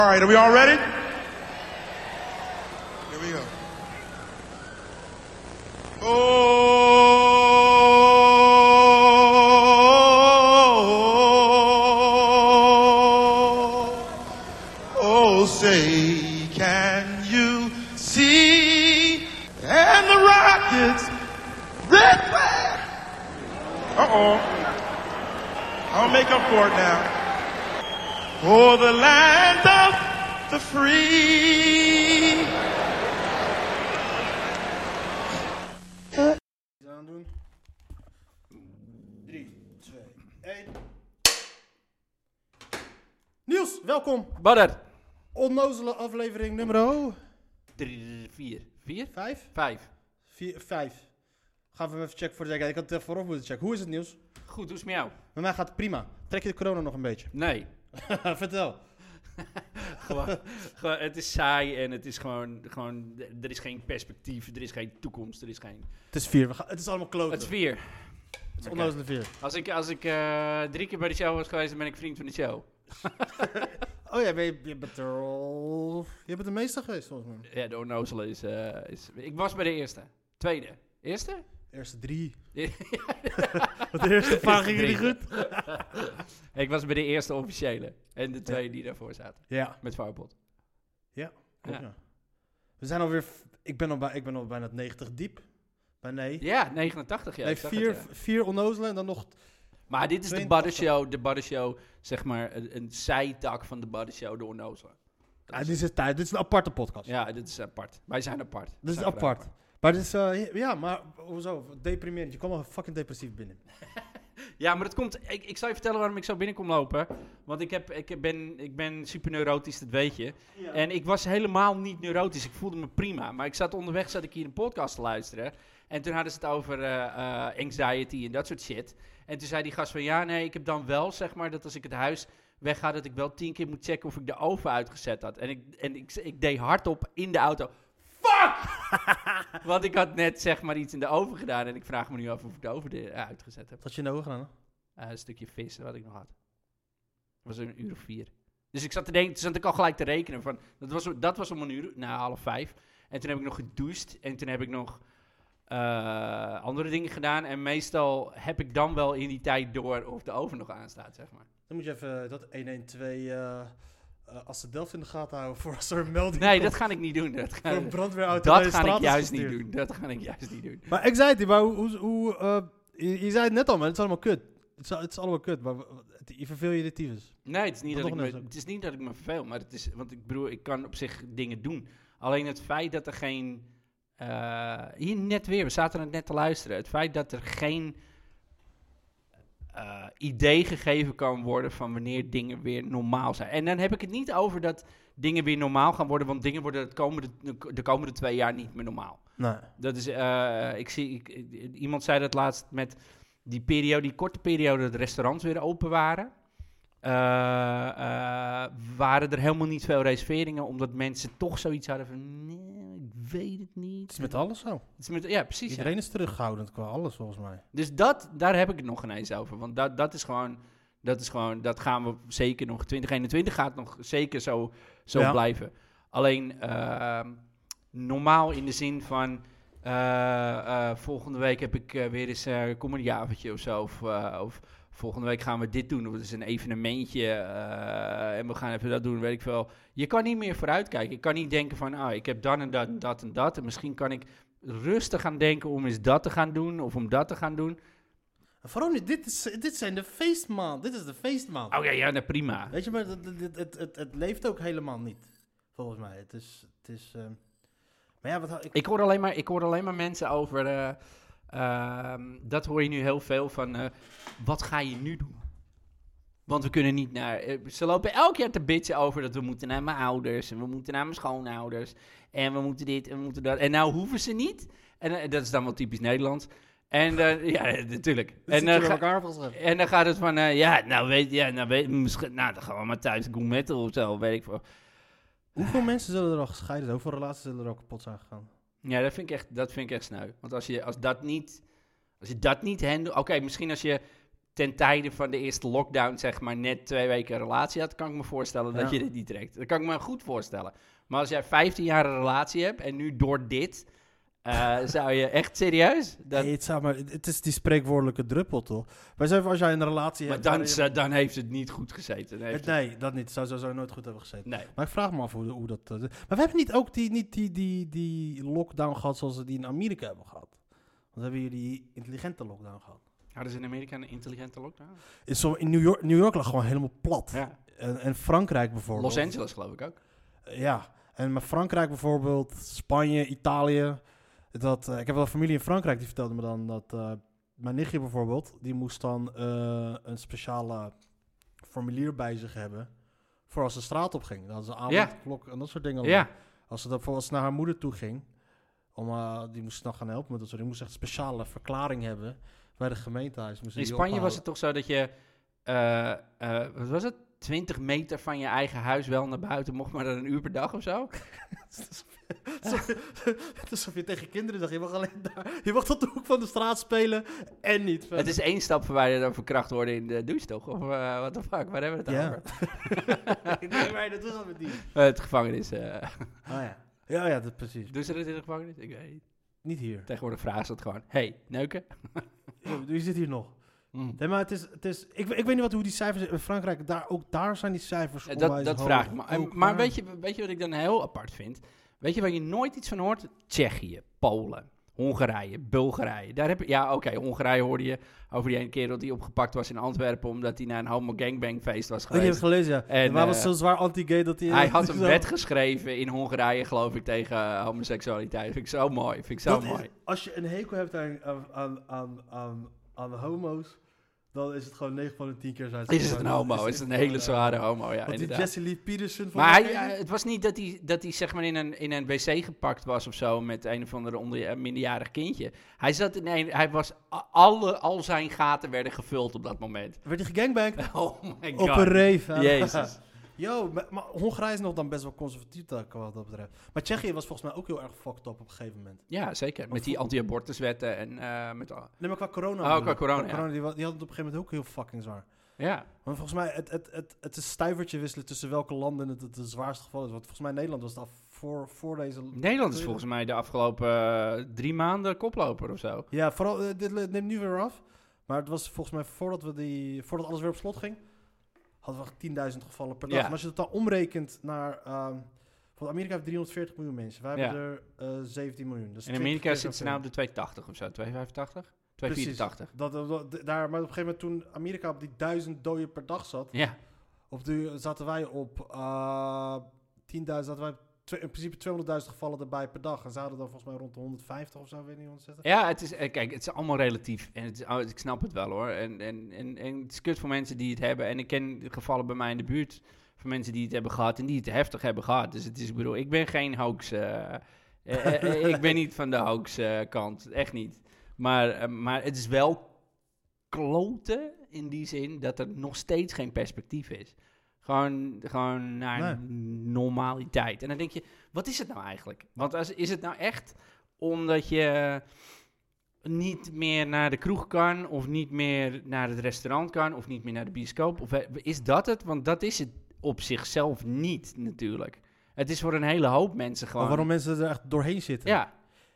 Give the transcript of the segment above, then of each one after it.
All right, are we all ready? Here we go. Oh, say, can you see? And the Rockets, red flag. Uh-oh. I'll make up for it now. For the land of the free. Aandoen. 3, 2, 1. Niels, welkom. Badder. Onnozele aflevering nummer 4. 4? 5? 5. 5. Gaan we hem even checken voor de zekerheid. Ik had het vooraf moeten checken. Hoe is het, Niels? Goed, hoe is het met jou? Bij mij gaat het prima. Trek je de corona nog een beetje? Nee. Vertel. gewoon, het is saai en het is gewoon, er is geen perspectief, er is geen toekomst, er is geen... Het is 4. Het is allemaal kloten. Het is 4. Het is onnozele 4. Als ik 3 keer bij de show was geweest, dan ben ik vriend van de show. Oh ja, je bent er al... Je bent de meester geweest, volgens mij. Ja, de onnozele is... Ik was bij de eerste. Tweede. Eerste? Eerste 3. Ja. Want de eerste paar gingen niet goed. Ik was bij de eerste officiële. En de 2 die daarvoor zaten. Ja. Met Firepot. Ja. Ja. We zijn alweer... Ik ben al bijna 90 diep. Nee. Ja, 89 jaar. Nee, 4 onnozelen en dan nog... Maar dit is 82. de Badder Show, zeg maar, een zijtak van de Badder Show, de onnozelen. Dit is een aparte podcast. Ja, dit is apart. Wij zijn apart. Dit is apart. Maar dit is, ja, maar hoezo? Deprimerend. Je kwam al fucking depressief binnen. Ja, maar dat komt... Ik zal je vertellen waarom ik zo binnen kom lopen. Want ik ben super neurotisch, dat weet je. Ja. En ik was helemaal niet neurotisch. Ik voelde me prima. Maar onderweg zat ik hier een podcast te luisteren. En toen hadden ze het over anxiety en dat soort shit. En toen zei die gast van... Ja, nee, ik heb dan wel, zeg maar, dat als ik het huis wegga... dat ik wel 10 keer moet checken of ik de oven uitgezet had. En ik deed hardop in de auto... Fuck! Want ik had net, zeg maar, iets in de oven gedaan... en ik vraag me nu af of ik de oven uitgezet heb. Wat had je in de ogen gedaan? Een stukje vis wat ik nog had. Dat was 1 uur of 4. Dus ik zat te denken, toen zat ik al gelijk te rekenen van... Dat was om 1 uur, 4:30. En toen heb ik nog gedoucht. En toen heb ik nog andere dingen gedaan. En meestal heb ik dan wel in die tijd door of de oven nog aanstaat, zeg maar. Dan moet je even dat 112... als de Delft in de gaten houden voor als er een melding Nee, komt. dat ga ik niet doen. Voor een brandweerauto. Dat ga ik juist niet doen. Maar anxiety, maar hoe je zei het net al, maar het is allemaal kut. Het is allemaal kut, maar je verveel je de tyfus. Nee, het is niet dat ik me verveel, maar het is, want ik bedoel, ik kan op zich dingen doen. Alleen het feit dat er geen, hier net weer, we zaten het net te luisteren, het feit dat er geen idee gegeven kan worden van wanneer dingen weer normaal zijn. En dan heb ik het niet over dat dingen weer normaal gaan worden, want dingen worden de komende 2 jaar niet meer normaal. Nee. Dat is, iemand zei dat laatst met die korte periode dat de restaurants weer open waren. Waren er helemaal niet veel reserveringen, omdat mensen toch zoiets hadden van, nee, ik weet het niet. Het is met alles zo. Ja, precies. Iedereen is terughoudend qua alles, volgens mij. Dus daar heb ik het nog ineens over, want dat is gewoon, dat gaan we zeker nog, 2021 gaat nog zeker zo blijven. Alleen, normaal in de zin van, volgende week heb ik weer eens een comedyavondje of zo, of volgende week gaan we dit doen, of het is een evenementje en we gaan even dat doen, weet ik veel. Je kan niet meer vooruitkijken. Ik kan niet denken van, ik heb dan en dat en dat en dat. En misschien kan ik rustig gaan denken om eens dat te gaan doen, of om dat te gaan doen. Waarom niet? Dit zijn de feestmaand. Dit is de feestmaand. Oh ja, nou prima. Weet je, maar het leeft ook helemaal niet, volgens mij. Het is maar ja, Ik hoor alleen maar mensen over... dat hoor je nu heel veel van... wat ga je nu doen? Want we kunnen niet naar... ze lopen elk jaar te bitchen over dat we moeten naar mijn ouders... en we moeten naar mijn schoonouders... en we moeten dit en we moeten dat... en nou hoeven ze niet. En dat is dan wel typisch Nederlands. En ja, natuurlijk. En dan gaat het van... dan gaan we maar thuis gourmetten of zo, weet ik veel. Hoeveel mensen zullen er al gescheiden zijn? Hoeveel relaties zullen er al kapot zijn gegaan? Ja, dat vind ik echt sneu. Want als je dat niet handelt... Oké, misschien als je ten tijde van de eerste lockdown, zeg maar, net 2 weken een relatie had, kan ik me voorstellen dat je dit niet trekt. Dat kan ik me goed voorstellen. Maar als jij 15 jaar een relatie hebt en nu door dit, zou je echt serieus? Nee, het is die spreekwoordelijke druppel, toch? Wij zeggen, als jij een relatie Maar hebt... dan heeft het niet goed gezeten. Nee, dat niet. Het zou nooit goed hebben gezeten. Nee. Maar ik vraag me af hoe dat... maar we hebben niet ook die lockdown gehad zoals we die in Amerika hebben gehad. Want we hebben hier die intelligente lockdown gehad. Hadden ze in Amerika een intelligente lockdown? In New York lag gewoon helemaal plat. Ja. En Frankrijk bijvoorbeeld. Los Angeles geloof ik ook. Ja, maar Frankrijk bijvoorbeeld, Spanje, Italië. Ik heb wel een familie in Frankrijk die vertelde me dan dat mijn nichtje bijvoorbeeld, die moest dan een speciale formulier bij zich hebben voor als ze de straat op ging. Dan hadden ze avondklok en dat soort dingen. Ja. Als ze bijvoorbeeld naar haar moeder toe ging, die moest dan gaan helpen met dat soort dingen. Die moest echt een speciale verklaring hebben bij de gemeentehuis. In Spanje was het toch zo dat je, wat was het? 20 meter van je eigen huis wel naar buiten mocht, maar dan 1 uur per dag of zo? Het is alsof je tegen kinderen zegt, je mag alleen daar. Je mag tot de hoek van de straat spelen en niet verder. Het is 1 stap verwijderd dan verkracht worden in de douche, toch? Of what the fuck, waar hebben we het over? Nee, maar dat was het niet. Het gevangenis. Ja, dat precies. Doen ze dat in de gevangenis? Ik weet niet. Niet hier. Tegenwoordig vragen ze het gewoon. Hey, neuken? Je zit hier nog. Nee, maar het is ik weet niet hoe die cijfers in Frankrijk, daar zijn die cijfers dat vraag ik me. Maar weet je wat ik dan heel apart vind? Weet je waar je nooit iets van hoort? Tsjechië, Polen, Hongarije, Bulgarije. Daar heb je, Hongarije hoorde je over die ene kerel die opgepakt was in Antwerpen omdat hij naar een homo gangbang feest was geweest. Die heb ik gelezen, ja. En waar was zo zwaar anti-gay dat hij had een wet geschreven in Hongarije, geloof ik, tegen homoseksualiteit. Vind ik zo mooi. Als je een hekel hebt aan homo's, dan is het gewoon 9 van de 10 keer zijn. Is het een homo? Is het een hele zware homo, ja, inderdaad. Die Jesse Lee Peterson... Maar het was niet dat hij zeg maar in een wc gepakt was of zo met een of andere minderjarig kindje. Hij zat al zijn gaten werden gevuld op dat moment. Werd hij gegangbankt? Oh my god. Op een rave. Jezus. Yo, maar Hongarije is nog dan best wel conservatief wat dat betreft. Maar Tsjechië was volgens mij ook heel erg fucked up op een gegeven moment. Ja, zeker. Met die anti-abortuswetten en met... Nee, maar qua corona. Qua corona, die hadden het op een gegeven moment ook heel fucking zwaar. Ja. Want volgens mij, het is stuivertje wisselen tussen welke landen het zwaarste geval is. Want volgens mij Nederland was het voor deze... Nederland is volgens mij de afgelopen 3 maanden koploper of zo. Ja, vooral, dit neemt nu weer af. Maar het was volgens mij voordat alles weer op slot ging, hadden we 10.000 gevallen per dag. Ja. En als je het dan omrekent naar... want Amerika heeft 340 miljoen mensen. Wij hebben er 17 miljoen. Dus in Amerika zitten ze nou op de 280 of zo, 285? 284. Maar op een gegeven moment toen Amerika op die 1000 doden per dag zat, zaten wij op 10.000, zaten wij in principe 200.000 gevallen erbij per dag. En ze hadden dan volgens mij rond de 150 of zo, weet niet, 160. Ja, het is allemaal relatief. En ik snap het wel hoor. En het is kut voor mensen die het hebben. En ik ken gevallen bij mij in de buurt van mensen die het hebben gehad en die het heftig hebben gehad. Dus ik ben geen hoax. Ik ben niet van de hoax kant. Echt niet. Maar het is wel kloten in die zin dat er nog steeds geen perspectief is. Gewoon naar normaliteit. En dan denk je, wat is het nou eigenlijk? Want is het nou echt omdat je niet meer naar de kroeg kan, of niet meer naar het restaurant kan, of niet meer naar de bioscoop? Of is dat het? Want dat is het op zichzelf niet natuurlijk. Het is voor een hele hoop mensen gewoon... Maar waarom mensen er echt doorheen zitten? Ja.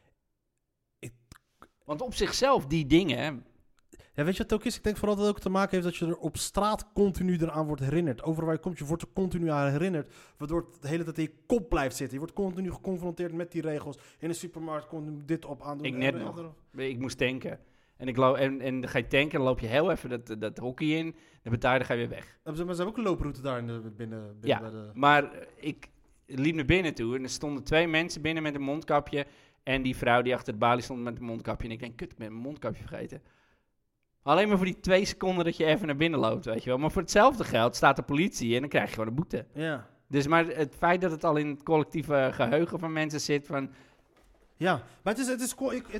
Want op zichzelf, die dingen... Ja, weet je wat het ook is? Ik denk vooral dat het ook te maken heeft dat je er op straat continu eraan wordt herinnerd. Overal waar je komt, je wordt er continu aan herinnerd. Waardoor het de hele tijd in je kop blijft zitten. Je wordt continu geconfronteerd met die regels. In de supermarkt kon je dit op aandoen. Ik net nog. Ik moest tanken. En dan ga je tanken, dan loop je heel even dat hockey in. Dan betaal je, dan ga je weer weg. Maar ze hebben ook een looproute daar binnen ja, bij de... maar ik liep naar binnen toe en er stonden 2 mensen binnen met een mondkapje. En die vrouw die achter de balie stond met een mondkapje. En ik denk, kut, ik ben mijn mondkapje vergeten. Alleen maar voor die 2 seconden dat je even naar binnen loopt, weet je wel. Maar voor hetzelfde geld staat de politie en dan krijg je gewoon een boete. Ja. Dus maar het feit dat het al in het collectieve geheugen van mensen zit van... Ja, maar het is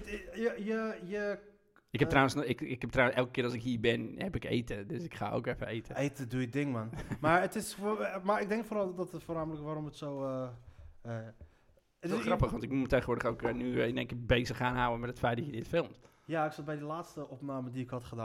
Ik heb trouwens elke keer als ik hier ben, heb ik eten. Dus ik ga ook even eten. Eten, doe je ding, man. Maar ik denk vooral dat het voornamelijk waarom het zo... Het is grappig, want ik moet me tegenwoordig ook nu in één keer bezig gaan houden met het feit dat je dit filmt. Ja, ik zat bij die laatste opname die ik had gedaan.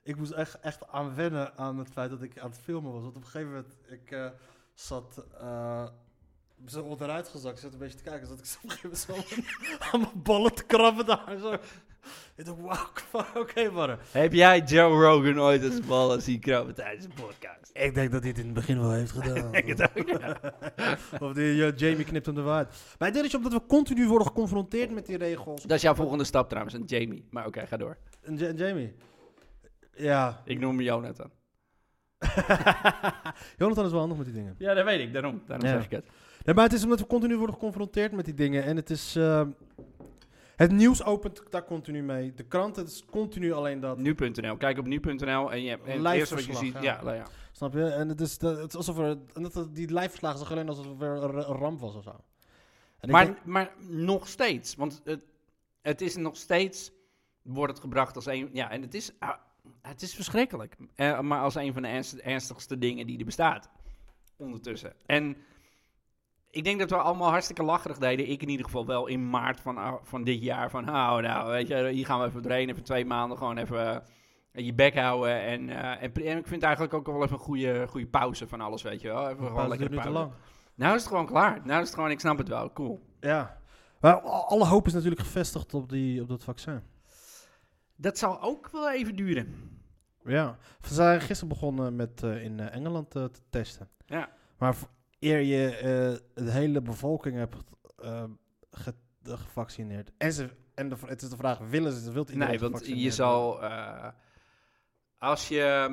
Ik moest echt aan wennen aan het feit dat ik aan het filmen was. Want op een gegeven moment, ik zat zo onderuit gezakt, zat een beetje te kijken. Zat ik zo op een gegeven moment zo aan mijn ballen te krabben daar. Zo. Ik dacht, wauw, oké, mannen. Heb jij Joe Rogan ooit als ballen zien krabben tijdens een podcast? Ik denk dat hij het in het begin wel heeft gedaan. Ik het ook, ja. Of Jamie knipt hem eruit. Maar ik denk dat omdat we continu worden geconfronteerd met die regels. Dat is jouw volgende stap trouwens, een Jamie. Maar oké, ga door. En Jamie. Ja. Ik noem me Jonathan. Jonathan is wel handig met die dingen. Ja, dat weet ik. Daarom Ja. zeg ik het. Nee, maar het is omdat we continu worden geconfronteerd met die dingen. En het is... het nieuws opent daar continu mee. De krant, het is continu alleen dat. Nu.nl. Kijk op nu.nl en je hebt het Live eerste wat je verslag, ziet. ja. Ja, ja. Snap je? En het is alsof die live verslagen zag alleen alsof het weer een ramp was of zo. En ik denk- Maar nog steeds. Want het is nog steeds... Wordt het gebracht als een... Ja, en het is verschrikkelijk. Maar als een van de ernstigste dingen die er bestaat. Ondertussen. En ik denk dat we allemaal hartstikke lacherig deden. Ik in ieder geval wel in maart van dit jaar. Van nou, weet je, hier gaan we even doorheen. Even 2 maanden gewoon even je bek houden. En ik vind het eigenlijk ook wel even een goede pauze van alles, weet je wel. Even gewoon pauze lekker duurt niet pauze. te lang. Nou is het gewoon klaar. Nou is het gewoon, ik snap het wel. Cool. Ja. Maar alle hoop is natuurlijk gevestigd op dat vaccin. Dat zal ook wel even duren. Ja. We zijn gisteren begonnen met in Engeland te testen. Ja. Maar eer je de hele bevolking hebt gevaccineerd. Het is de vraag, wilt iedereen Nee, want gevaccineerd je zal... als je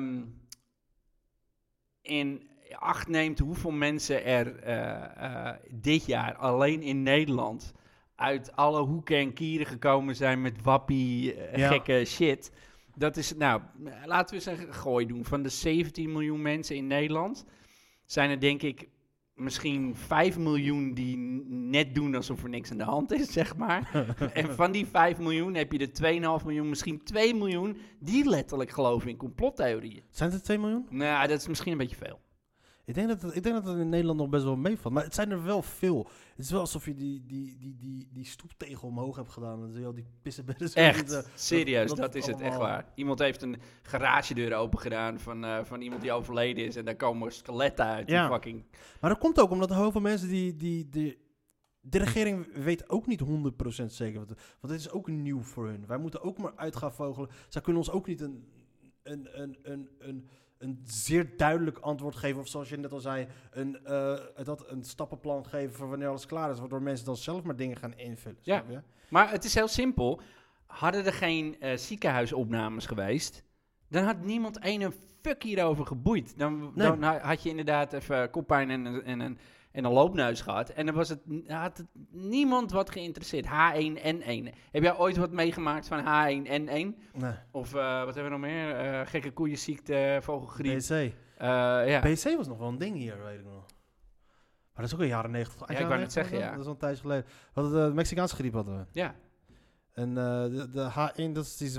in acht neemt hoeveel mensen er dit jaar alleen in Nederland uit alle hoeken en kieren gekomen zijn met wappie, gekke shit. Dat is, nou, laten we eens een gooi doen. Van de 17 miljoen mensen in Nederland zijn er denk ik misschien 5 miljoen die net doen alsof er niks aan de hand is, zeg maar. En van die 5 miljoen heb je er 2,5 miljoen, misschien 2 miljoen, die letterlijk geloven in complottheorieën. Zijn het 2 miljoen? Nou, dat is misschien een beetje veel. Ik denk dat het in Nederland nog best wel meevalt. Maar het zijn er wel veel. Het is wel alsof je die stoeptegel omhoog hebt gedaan. En dan zie je al die pissenbedden. zo Echt, zitten. serieus, dat is het, echt allemaal- waar. Iemand heeft een garagedeur open gedaan van iemand die overleden is en daar komen skeletten uit. Ja. Die fucking... Maar dat komt ook omdat er heel veel mensen de regering weet ook niet 100% zeker. Want dit is ook nieuw voor hun. Wij moeten ook maar uit gaan vogelen. Zij kunnen ons ook niet een zeer duidelijk antwoord geven. Of zoals je net al zei, een stappenplan geven voor wanneer alles klaar is. Waardoor mensen dan zelf maar dingen gaan invullen. Ja. Snap je? Maar het is heel simpel. Hadden er geen ziekenhuisopnames geweest, dan had niemand ene fuck hierover geboeid. Dan had je inderdaad even koppijn en een loopneus gehad. En dan had het niemand wat geïnteresseerd. H1N1. Heb jij ooit wat meegemaakt van H1N1? Nee. Of wat hebben we nog meer? Gekke koeienziekte, vogelgriep. BC. Ja. BC was nog wel een ding hier, weet ik nog. Maar dat is ook in de jaren 90. Ja, ik wou net zeggen, ja. Dat is al een tijdje geleden. We hadden de Mexicaanse griep hadden we. Ja. En de H1, dat is die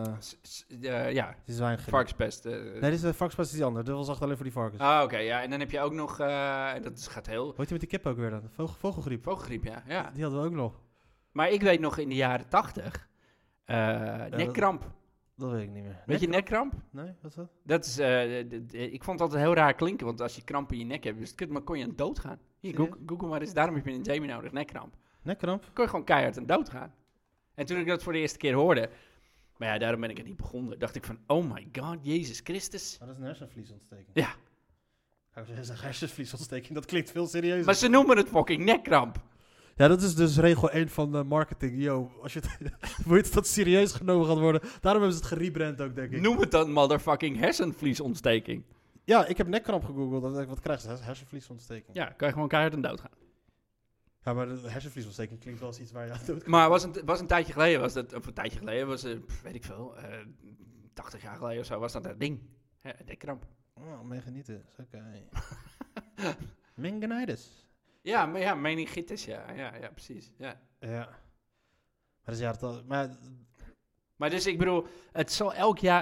Ja, die zwijngriep. varkenspest. Nee, dit is de varkenspest is die andere. Dat was echt alleen voor die varkens. Oké, ja. En dan heb je ook nog, gaat heel... Hoe heet die met die kip ook weer dan? Vogelgriep. Vogelgriep, ja. Die hadden we ook nog. Maar ik weet nog in de jaren 80, nekkramp. Dat weet ik niet meer. Weet je nekkramp? Nee, wat is dat? Dat is, ik vond het altijd heel raar klinken, want als je kramp in je nek hebt, is het kut, maar kon je aan dood gaan. Hier, Serieus? Google maar eens, daarom heb je een Jamie nodig, nekkramp. Nekkramp? Kon je gewoon keihard aan dood gaan. En toen ik dat voor de eerste keer hoorde, maar ja, daarom ben ik het niet begonnen, dacht ik van, oh my god, Jezus Christus. Dat is een hersenvliesontsteking. Ja. Ik zou zeggen, hersenvliesontsteking, dat klinkt veel serieuzer. Maar ze noemen het fucking nekkramp. Ja, dat is dus regel 1 van marketing. Yo, als je wil je dat serieus genomen gaat worden. Daarom hebben ze het gerebrand ook, denk ik. Noem het dan motherfucking hersenvliesontsteking. Ja, ik heb nekkramp gegoogeld. Wat krijg je? Hersenvliesontsteking. Ja, kan je gewoon keihard aan dood gaan. Ja, maar de hersenvliesontsteking klinkt wel als iets waar je aan dood Maar was een tijdje geleden, weet ik veel, 80 jaar geleden of zo, was dat ding. Nekkramp. Oh, meganitis. Oké. Meningitis. Ja, maar ja, meningitis, ja, precies. Ja. Ja. Maar dus ja, Maar dus ik bedoel, het zal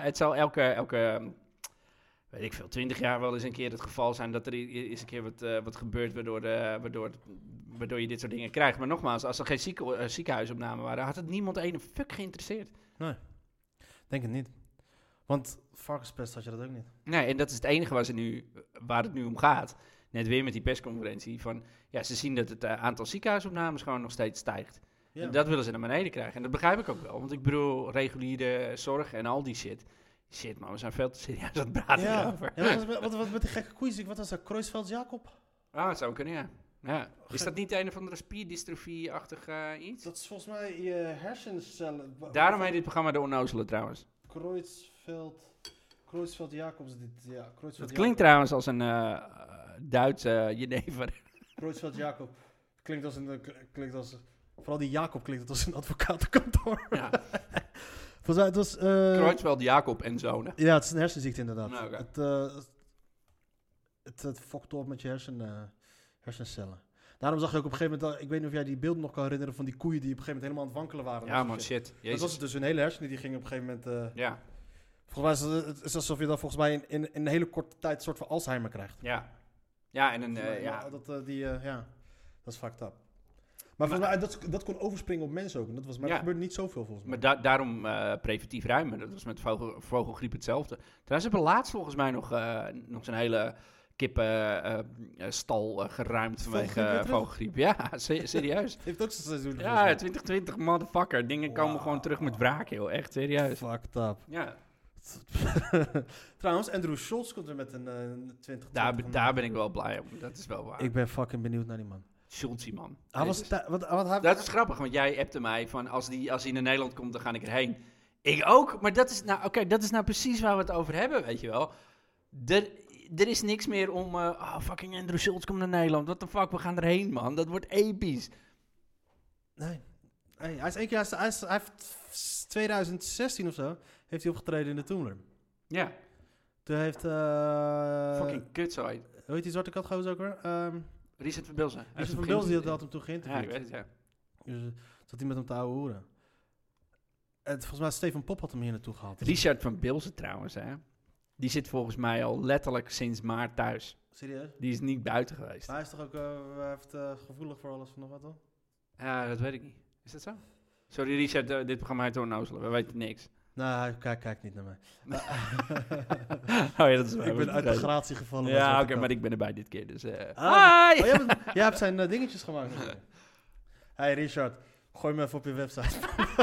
elke weet ik veel, 20 jaar wel eens een keer het geval zijn dat er eens een keer wat gebeurt waardoor je dit soort dingen krijgt. Maar nogmaals, als er geen ziekenhuisopnamen waren, had het niemand ene fuck geïnteresseerd. denk het niet. Want varkenspest had je dat ook niet. Nee, en dat is het enige waar het nu om gaat. Net weer met die persconferentie. Van, ja, ze zien dat het aantal ziekenhuisopnames gewoon nog steeds stijgt. Ja. En dat willen ze naar beneden krijgen. En dat begrijp ik ook wel. Want ik bedoel, reguliere zorg en al die shit. Shit, man, we zijn veel te serieus aan het praten hierover. Ja, wat met die gekke koeien? Wat was dat? Kruisveld-Jacob? Ah, het zou kunnen, ja. Is dat niet een of andere spierdystrofie-achtig iets? Dat is volgens mij je hersencellen. Daarom heet dit programma De Onnozele trouwens. Kruisveld-Jacobs. Het klinkt trouwens als een Duitse jenever. Kruisveld-Jacob. Klinkt als... Vooral die Jacob klinkt het als een advocatenkantoor. Ja. Volgens mij, het was... Kreutzfeldt, Jacob en zonen. Ja, het is een hersenziekte inderdaad. Nou, oké. Het fokt op met je hersencellen. Daarom zag je ook op een gegeven moment... Ik weet niet of jij die beelden nog kan herinneren van die koeien die op een gegeven moment helemaal aan het wankelen waren. Ja, man, shit. Dat Jezus. was het dus, hun hele hersenen die gingen op een gegeven moment... Ja, Volgens mij is het alsof je dan volgens mij in een hele korte tijd een soort van Alzheimer krijgt. ja. Ja, en een... Dat is fucked up. Maar volgens mij, dat kon overspringen op mensen ook. En dat Ja. gebeurde niet zoveel volgens mij. Maar daarom preventief ruimen. Dat was met vogelgriep hetzelfde. Trouwens hebben we laatst volgens mij nog zo'n hele kippenstal geruimd vanwege vogelgriep. Ja, serieus. Heeft ook zo'n seizoen. Ja, 2020, motherfucker. Dingen komen gewoon terug met wraak, joh. Echt serieus. Fucked up. Ja. Trouwens, Andrew Schultz komt er met een 20. Daar ben ik wel blij om. Dat is wel waar. Ik ben fucking benieuwd naar die man. Schultzie, man. Hij was Dat is grappig, want jij appte mij van als hij naar Nederland komt, dan ga ik erheen. Ik ook, maar dat is nou precies waar we het over hebben, weet je wel. Er is niks meer om, fucking Andrew Schultz komt naar Nederland. What the fuck, we gaan erheen, man. Dat wordt episch. Nee, hij is één keer, hij heeft 2016 of zo, heeft hij opgetreden in de Toomler. Ja. Toen heeft... Fucking kutzooi. Hoe heet die zwarte kat gozer ook weer? Richard van Bilzen. Richard van Bilzen die had hem toen Ja, geïnterviewd. ik weet het, ja. Dus zat hij met hem te ouwe hoeren. En volgens mij Steven Pop had hem hier naartoe gehaald. Richard van Bilzen trouwens, hè. Die zit volgens mij al letterlijk sinds maart thuis. Serieus? Die is niet buiten geweest. Maar hij is toch ook hij heeft, gevoelig voor alles van nog wat, toch? Ja, dat weet ik niet. Is dat zo? Sorry Richard, dit programma heet Onnozelen. We weten niks. Nou, hij kijkt niet naar mij. Oh ja, dat is Ik ben uit de gratie gevallen. met Ja, Zwarte oké, Kat. maar ik ben erbij dit keer, dus... Hi! Hi! Jij hebt zijn dingetjes gemaakt. Hey Richard, gooi me even op je website.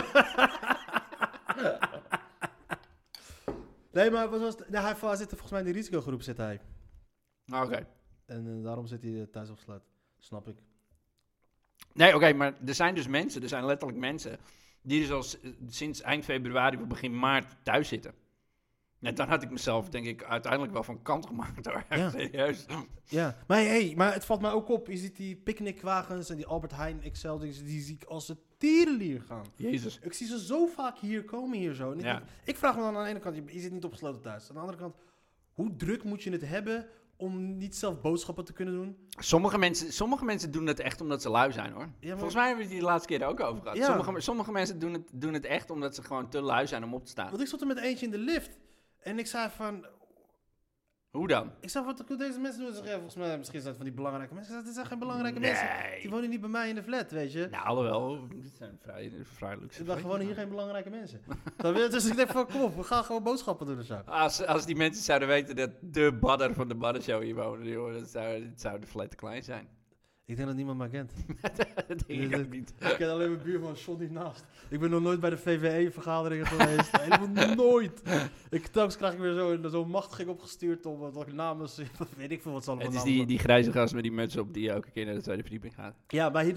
Nee, maar hij zit volgens mij in die risicogroep, zit hij. Oké. En daarom zit hij thuis opgesloten. Snap ik. Nee, oké, maar er zijn dus mensen, er zijn letterlijk mensen... die dus al sinds eind februari of begin maart thuis zitten. Ja, dan had ik mezelf, denk ik, uiteindelijk wel van kant gemaakt, hoor. Ja. Serieus. Ja, maar het valt mij ook op. Je ziet die picknickwagens en die Albert Heijn XL, die zie ik als een tierenlier gaan. Jezus. Ik zie ze zo vaak hier komen hier zo. En Ja. ik vraag me dan aan de ene kant, je zit niet opgesloten thuis. Aan de andere kant, hoe druk moet je het hebben om niet zelf boodschappen te kunnen doen? Sommige mensen doen het echt omdat ze lui zijn, hoor. Ja, maar- Volgens mij hebben we het hier de laatste keer ook over gehad. Ja. Sommige mensen doen het echt omdat ze gewoon te lui zijn om op te staan. Want ik stond er met eentje in de lift. En ik zei van... Hoe dan? Ik zei, wat kunnen deze mensen doen? Ze zeggen, ja, volgens mij, misschien zijn het van die belangrijke mensen. Ik zei, dit zijn geen belangrijke mensen. Die wonen niet bij mij in de flat, weet je. Nou, alhoewel. Dit zijn vrij luxe. Er wonen hier geen belangrijke mensen. Dus ik denk van, kom op, we gaan gewoon boodschappen doen of zo. Als die mensen zouden weten dat de badder van de Baddershow hier woont, joh, dat zou de flat te klein zijn. Ik denk dat niemand mij kent. Dat denk ik ook niet. Ik ken alleen mijn buurman John hiernaast. Ik ben nog nooit bij de VVE-vergaderingen geweest. Helemaal nooit. Telkens krijg ik weer zo'n machtiging opgestuurd om wat namens... Weet ik veel wat ze allemaal Het is namen die grijze gast met die muts op die elke keer naar de tweede verdieping gaat. Ja, maar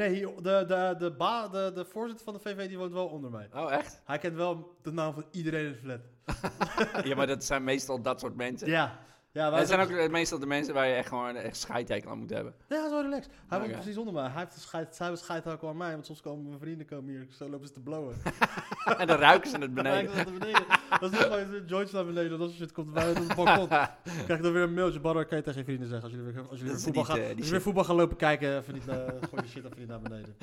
de voorzitter van de VVE die woont wel onder mij. Oh, echt? Hij kent wel de naam van iedereen in de flat. Ja, maar dat zijn meestal dat soort mensen. Ja. Ja, Het zijn ook meestal de mensen waar je echt gewoon echt scheidhekel aan moet hebben. Ja, hij is wel relaxed. Hij woont Oké. precies onder mij. Hij heeft scheid ook aan mij, want soms komen mijn vrienden hier, zo lopen ze te blowen. En dan ruiken ze het Dan beneden. ruiken ze naar beneden. Dan is het gewoon een jointje naar beneden. Dat soort shit komt bij op het balkon. Krijg ik dan weer een mailtje. Badder, kan je tegen je vrienden zeggen. Als jullie Dat weer is niet, die shit. voetbal gaan lopen kijken, even niet, gooi je shit even niet naar beneden.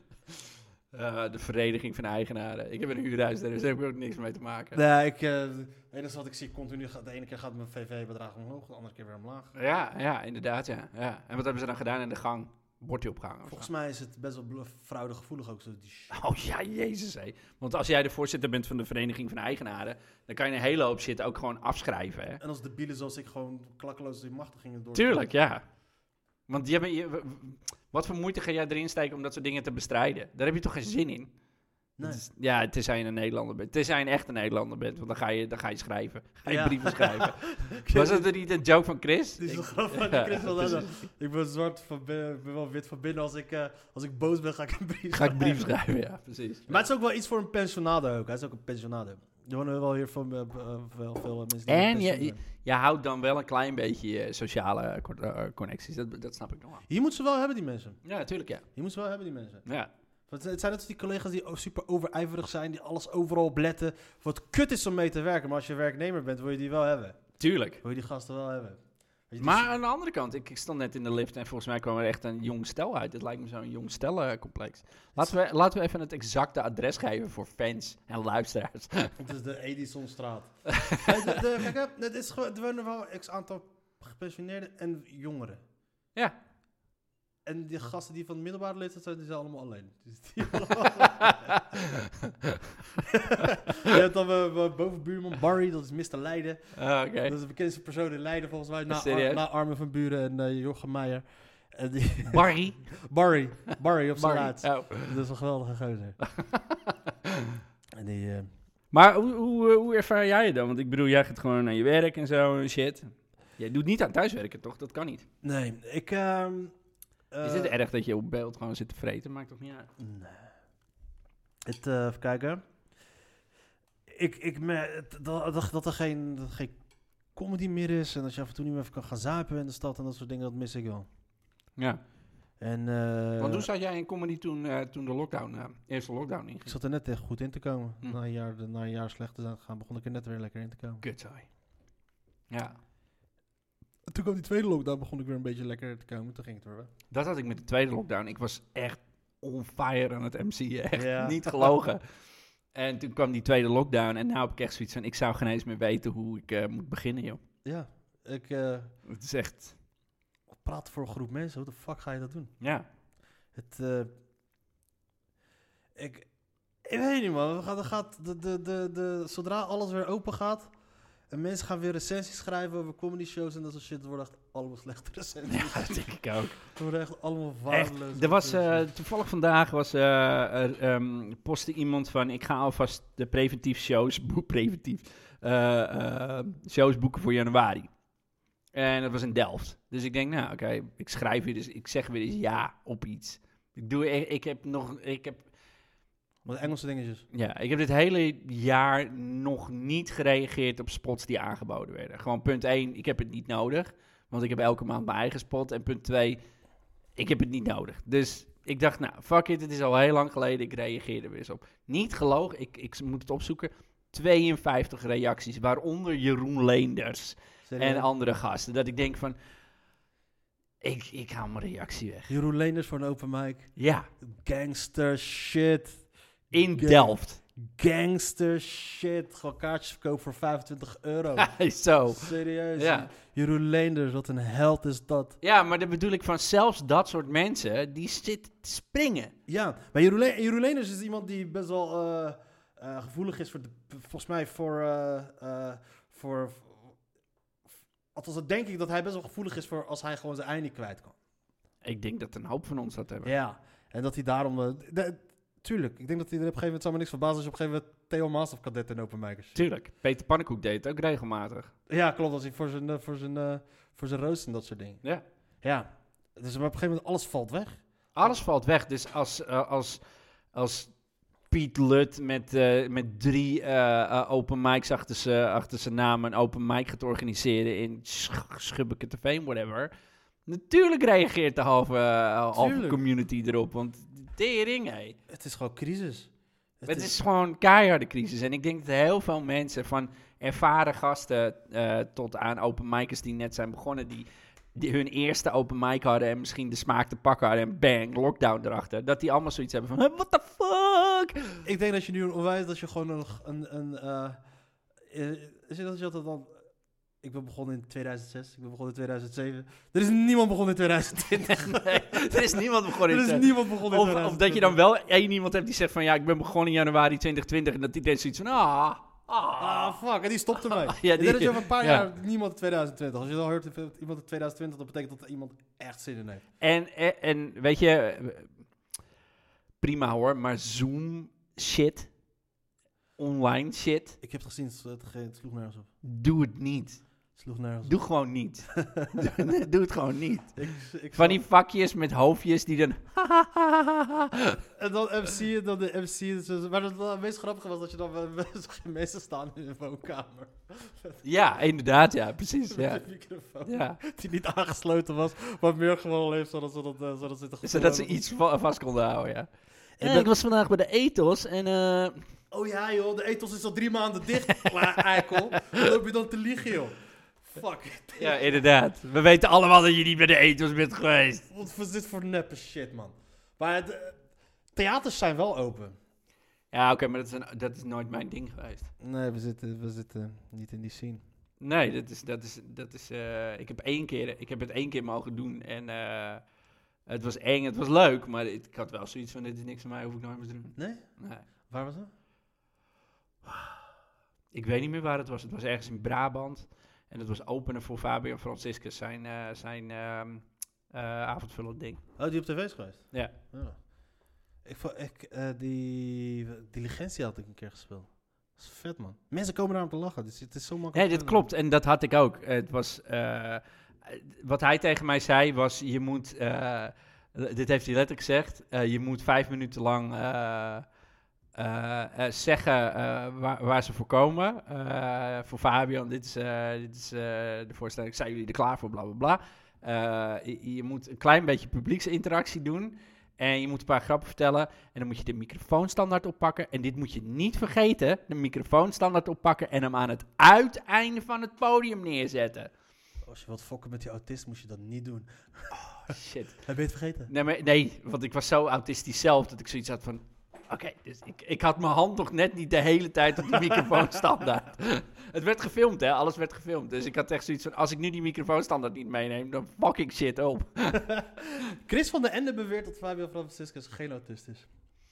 De vereniging van eigenaren. Ik heb een huurhuis, daar heb ik ook niks mee te maken. Nee, het enige wat ik zie continu, de ene keer gaat mijn VV-bedrag omhoog, de andere keer weer omlaag. Ja, inderdaad, ja. En wat hebben ze dan gedaan in de gang? bordje opgehangen. of Volgens zo. mij is het best wel fraudegevoelig ook zo. Oh ja, jezus hé. Want als jij de voorzitter bent van de Vereniging van Eigenaren, dan kan je een hele hoop shit ook gewoon afschrijven. Hè? En als debielen zoals ik gewoon klakkeloos die machtigingen door. Tuurlijk, ja. Want wat voor moeite ga jij erin steken om dat soort dingen te bestrijden? Daar heb je toch geen zin in? Nee. Ja, tenzij je een Nederlander bent. Tenzij je een echte Nederlander bent, want dan ga je schrijven. Ga je Ja. brieven schrijven. Was het er niet een joke van Chris? Die is Ik- wel grappig van Ja, die Chris wel precies. dat. Ik ben zwart van binnen, ik ben wel wit van binnen. Als ik boos ben, ga ik een brief Ga ik brief schrijven, ja, precies. Maar het is ook wel iets voor een pensionado ook. Hij is ook een pensionado. Er wonen wel hier van wel veel mensen die En met pensioen zijn. je houdt dan wel een klein beetje sociale connecties. Dat snap ik nog wel. Hier moeten ze wel hebben, die mensen. Ja, natuurlijk, ja. Hier moeten ze wel hebben, die mensen. Ja, Want het zijn net die collega's die super overijverig zijn, die alles overal op letten. Wat kut is om mee te werken, maar als je werknemer bent, wil je die wel hebben. tuurlijk. Wil je die gasten wel hebben. Weet je, Maar aan de andere kant, ik stond net in de lift en volgens mij kwam er echt een jong stel uit. Het lijkt me zo'n jong stelcomplex. Laten we even het exacte adres geven voor fans en luisteraars. Het is de Edisonstraat. Kijk, het is gewoon, er wonen wel een aantal gepensioneerden en jongeren. Ja. En die gasten die van de middelbare leeftijd zijn, die zijn allemaal alleen. Dus je hebt dan mijn bovenbuurman Barry, dat is Mr. Leiden. Oké. Dat is de bekendste persoon in Leiden volgens mij, Serieus? na Armin van Buren en Jochem Meijer. En die Barry. Barry op zijn Barry. laatst. Oh. Dat is een geweldige gozer. En die, Maar hoe ervaar jij het dan? Want ik bedoel, jij gaat gewoon naar je werk en zo en shit. Jij doet niet aan thuiswerken, toch? Dat kan niet. nee, ik... Is het erg dat je op beeld gewoon zit te vreten? Maakt toch niet uit? Nee. Even kijken. Ik merk dat er geen comedy meer is. En dat je af en toe niet meer even kan gaan zuipen in de stad en dat soort dingen, dat mis ik wel. Ja. En, Want hoe zat jij in comedy toen de lockdown, eerste lockdown ik inging? zat er net echt goed in te komen. Hm. Na een jaar slecht te zijn gegaan, begon ik er net weer lekker in te komen. Kutzooi. Ja. En toen kwam die tweede lockdown, begon ik weer een beetje lekker te komen. Toen ging het weer wel. Dat had ik met de tweede lockdown. Ik was echt on fire aan het MC'en. Echt Ja. niet gelogen. En toen kwam die tweede lockdown en nu heb ik echt zoiets van... Ik zou geen eens meer weten hoe ik moet beginnen, joh. Ja, ik Het is echt... praat voor een groep mensen. Hoe de fuck ga je dat doen? Ja. Ik weet niet, man. Zodra alles weer open gaat en mensen gaan weer recensies schrijven over comedy shows en dat soort shit, het worden echt allemaal slechte recensies. Ja, dat denk ik ook. Het worden echt allemaal Echt, waardeloos. er was toevallig vandaag postte iemand van ik ga alvast de preventief shows shows boeken voor januari. En dat was in Delft. Dus ik denk, nou oké, ik schrijf weer dus, ik zeg weer eens ja op iets. Ik heb Wat Engelse dingetjes. ik heb dit hele jaar nog niet gereageerd op spots die aangeboden werden. Gewoon punt 1, ik heb het niet nodig. Want ik heb elke maand mijn eigen spot. En punt 2, ik heb het niet nodig. Dus ik dacht, nou, fuck it, het is al heel lang geleden. Ik reageer er weer eens op. Niet gelogen, ik moet het opzoeken. 52 reacties, waaronder Jeroen Leenders en andere gasten. Dat ik denk van, ik haal mijn reactie weg. Jeroen Leenders voor een open mic. Ja, Gangster shit. in Delft. Gangster shit. Gewoon kaartjes verkopen voor €25. Zo. Serieus. Ja. Jeroen Leenders, wat een held is dat. Ja, maar dan bedoel ik van zelfs dat soort mensen, die zitten te springen. Ja, maar Jeroen Leenders is iemand die best wel gevoelig is volgens mij voor althans dat denk ik dat hij best wel gevoelig is voor als hij gewoon zijn ei niet kwijt kan. Ik denk dat een hoop van ons dat hebben. Ja, en dat hij daarom... tuurlijk, ik denk dat hij er op een gegeven moment zou me niks verbazen als je op een gegeven moment Theo Maas of kadet in open micers. Tuurlijk. Peter Pannenkoek deed het ook regelmatig. Ja, klopt, als hij voor zijn roost en dat soort dingen. Ja. Ja, dus maar op een gegeven moment alles valt weg. Alles valt weg. Dus als Piet Lut met 3 open mics achter zijn naam een open mic gaat organiseren in Schubbeke TV, whatever. Natuurlijk reageert de halve community erop, want tering, hé. Het is gewoon crisis. Het is gewoon keiharde crisis. En ik denk dat heel veel mensen, van ervaren gasten tot aan open micers die net zijn begonnen, die hun eerste open mic hadden en misschien de smaak te pakken hadden en bang, lockdown erachter, dat die allemaal zoiets hebben van, what the fuck? Ik denk dat je nu onwijs dat je gewoon is het dat je altijd dan Ik ben begonnen in 2006. Ik ben begonnen in 2007. Er is niemand begonnen in 2020. Nee, er is niemand begonnen. Er is niemand begonnen in 2020. Of dat je dan wel één iemand hebt die zegt van... Ja, ik ben begonnen in januari 2020. En dat die denkt zoiets van... Ah, fuck. En die stopte mij. Ja, Ik denk dat je over een paar ja. jaar niemand in 2020. Als je dan hoort iemand in 2020, dat betekent dat iemand echt zin in heeft. En weet je... Prima hoor, maar Zoom shit... Online shit... Ik heb het gezien, het sloeg nergens op. Doe het niet. Het sloeg nergens op. Doe gewoon niet. Doe het gewoon niet. Ik Van die vakjes met hoofdjes die dan... En dan MC, dan de MC. Dus, maar het meest grappige was dat je dan mensen staan in een woonkamer. Ja, inderdaad, ja, precies. Met Ja. een microfoon Ja. die niet aangesloten was, maar meer gewoon alleen zodat ze het Zodat ze iets vast konden houden, ja. ben- ik was vandaag bij de Ethos en... Oh ja joh, de ethos is al 3 maanden dicht, eikel. Dan loop je dan te liegen joh. Fuck. Ja, inderdaad. We weten allemaal dat je niet bij de Ethos bent geweest. Wat is dit voor neppe shit man. Maar theaters zijn wel open. Ja, oké, maar dat is nooit mijn ding geweest. Nee, we zitten niet in die scene. Nee, dat is ik heb het één keer mogen doen en het was eng, het was leuk, maar ik had wel zoiets van, dit is niks van mij, hoef ik nooit meer te doen. Nee? Nee. Waar was dat? Ik weet niet meer waar het was. Het was ergens in Brabant. En het was openen voor Fabian Franciscus, zijn avondvullend ding. Oh, die op tv is geweest? Ja. Die Diligentie had ik een keer gespeeld. Dat is vet, man. Mensen komen daar om te lachen. Dus het is zo makkelijk. Nee, dit klopt. En dat had ik ook. Het was... wat hij tegen mij zei was, je moet... dit heeft hij letterlijk gezegd. Je moet 5 minuten lang... zeggen waar ze voor komen. Voor Fabian, dit is de voorstelling. Zijn jullie er klaar voor? Bla bla bla. Je moet een klein beetje publieksinteractie doen. En je moet een paar grappen vertellen. En dan moet je de microfoon standaard oppakken. En dit moet je niet vergeten. De microfoon standaard oppakken. En hem aan het uiteinde van het podium neerzetten. Als je wilt fokken met die autist, moest je dat niet doen. Oh, shit. Heb je het vergeten? Nee, want ik was zo autistisch zelf dat ik zoiets had van... Oké, dus ik had mijn hand nog net niet de hele tijd op die microfoon standaard. Het werd gefilmd, hè? Alles werd gefilmd. Dus ik had echt zoiets van, als ik nu die microfoon standaard niet meeneem, dan fucking shit op. Chris van der Ende beweert dat Fabian Franciscus geen autist is.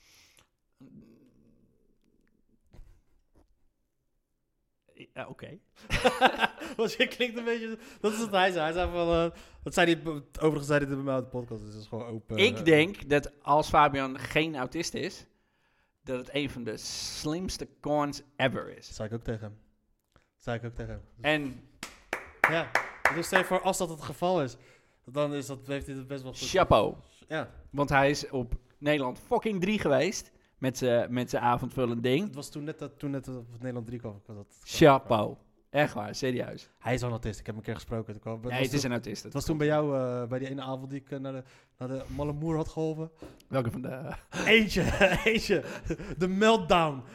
Ja, oké. Want je klinkt een beetje... Dat is wat hij zei. Hij zei van... dat zei hij... Overigens zei hij dit bij mij op de podcast. Dus dat is gewoon open. Ik denk dat als Fabian geen autist is, dat het een van de slimste cons ever is. Dat zei ik ook tegen hem. Dus, En ja. Dus stel je voor, als dat het geval is, dan heeft hij het best wel goed. chapeau. Ja. Want hij is op Nederland fucking 3 geweest met zijn avondvullend ding. Het was toen net op Nederland 3 kwam. Chapeau. Echt waar, serieus. Hij is wel een autist. Ik heb hem een keer gesproken. Nee, het is een autist. Het was toen bij jou, bij die ene avond die ik naar de Malle Moer had geholpen. Welke van de... Eentje. De meltdown.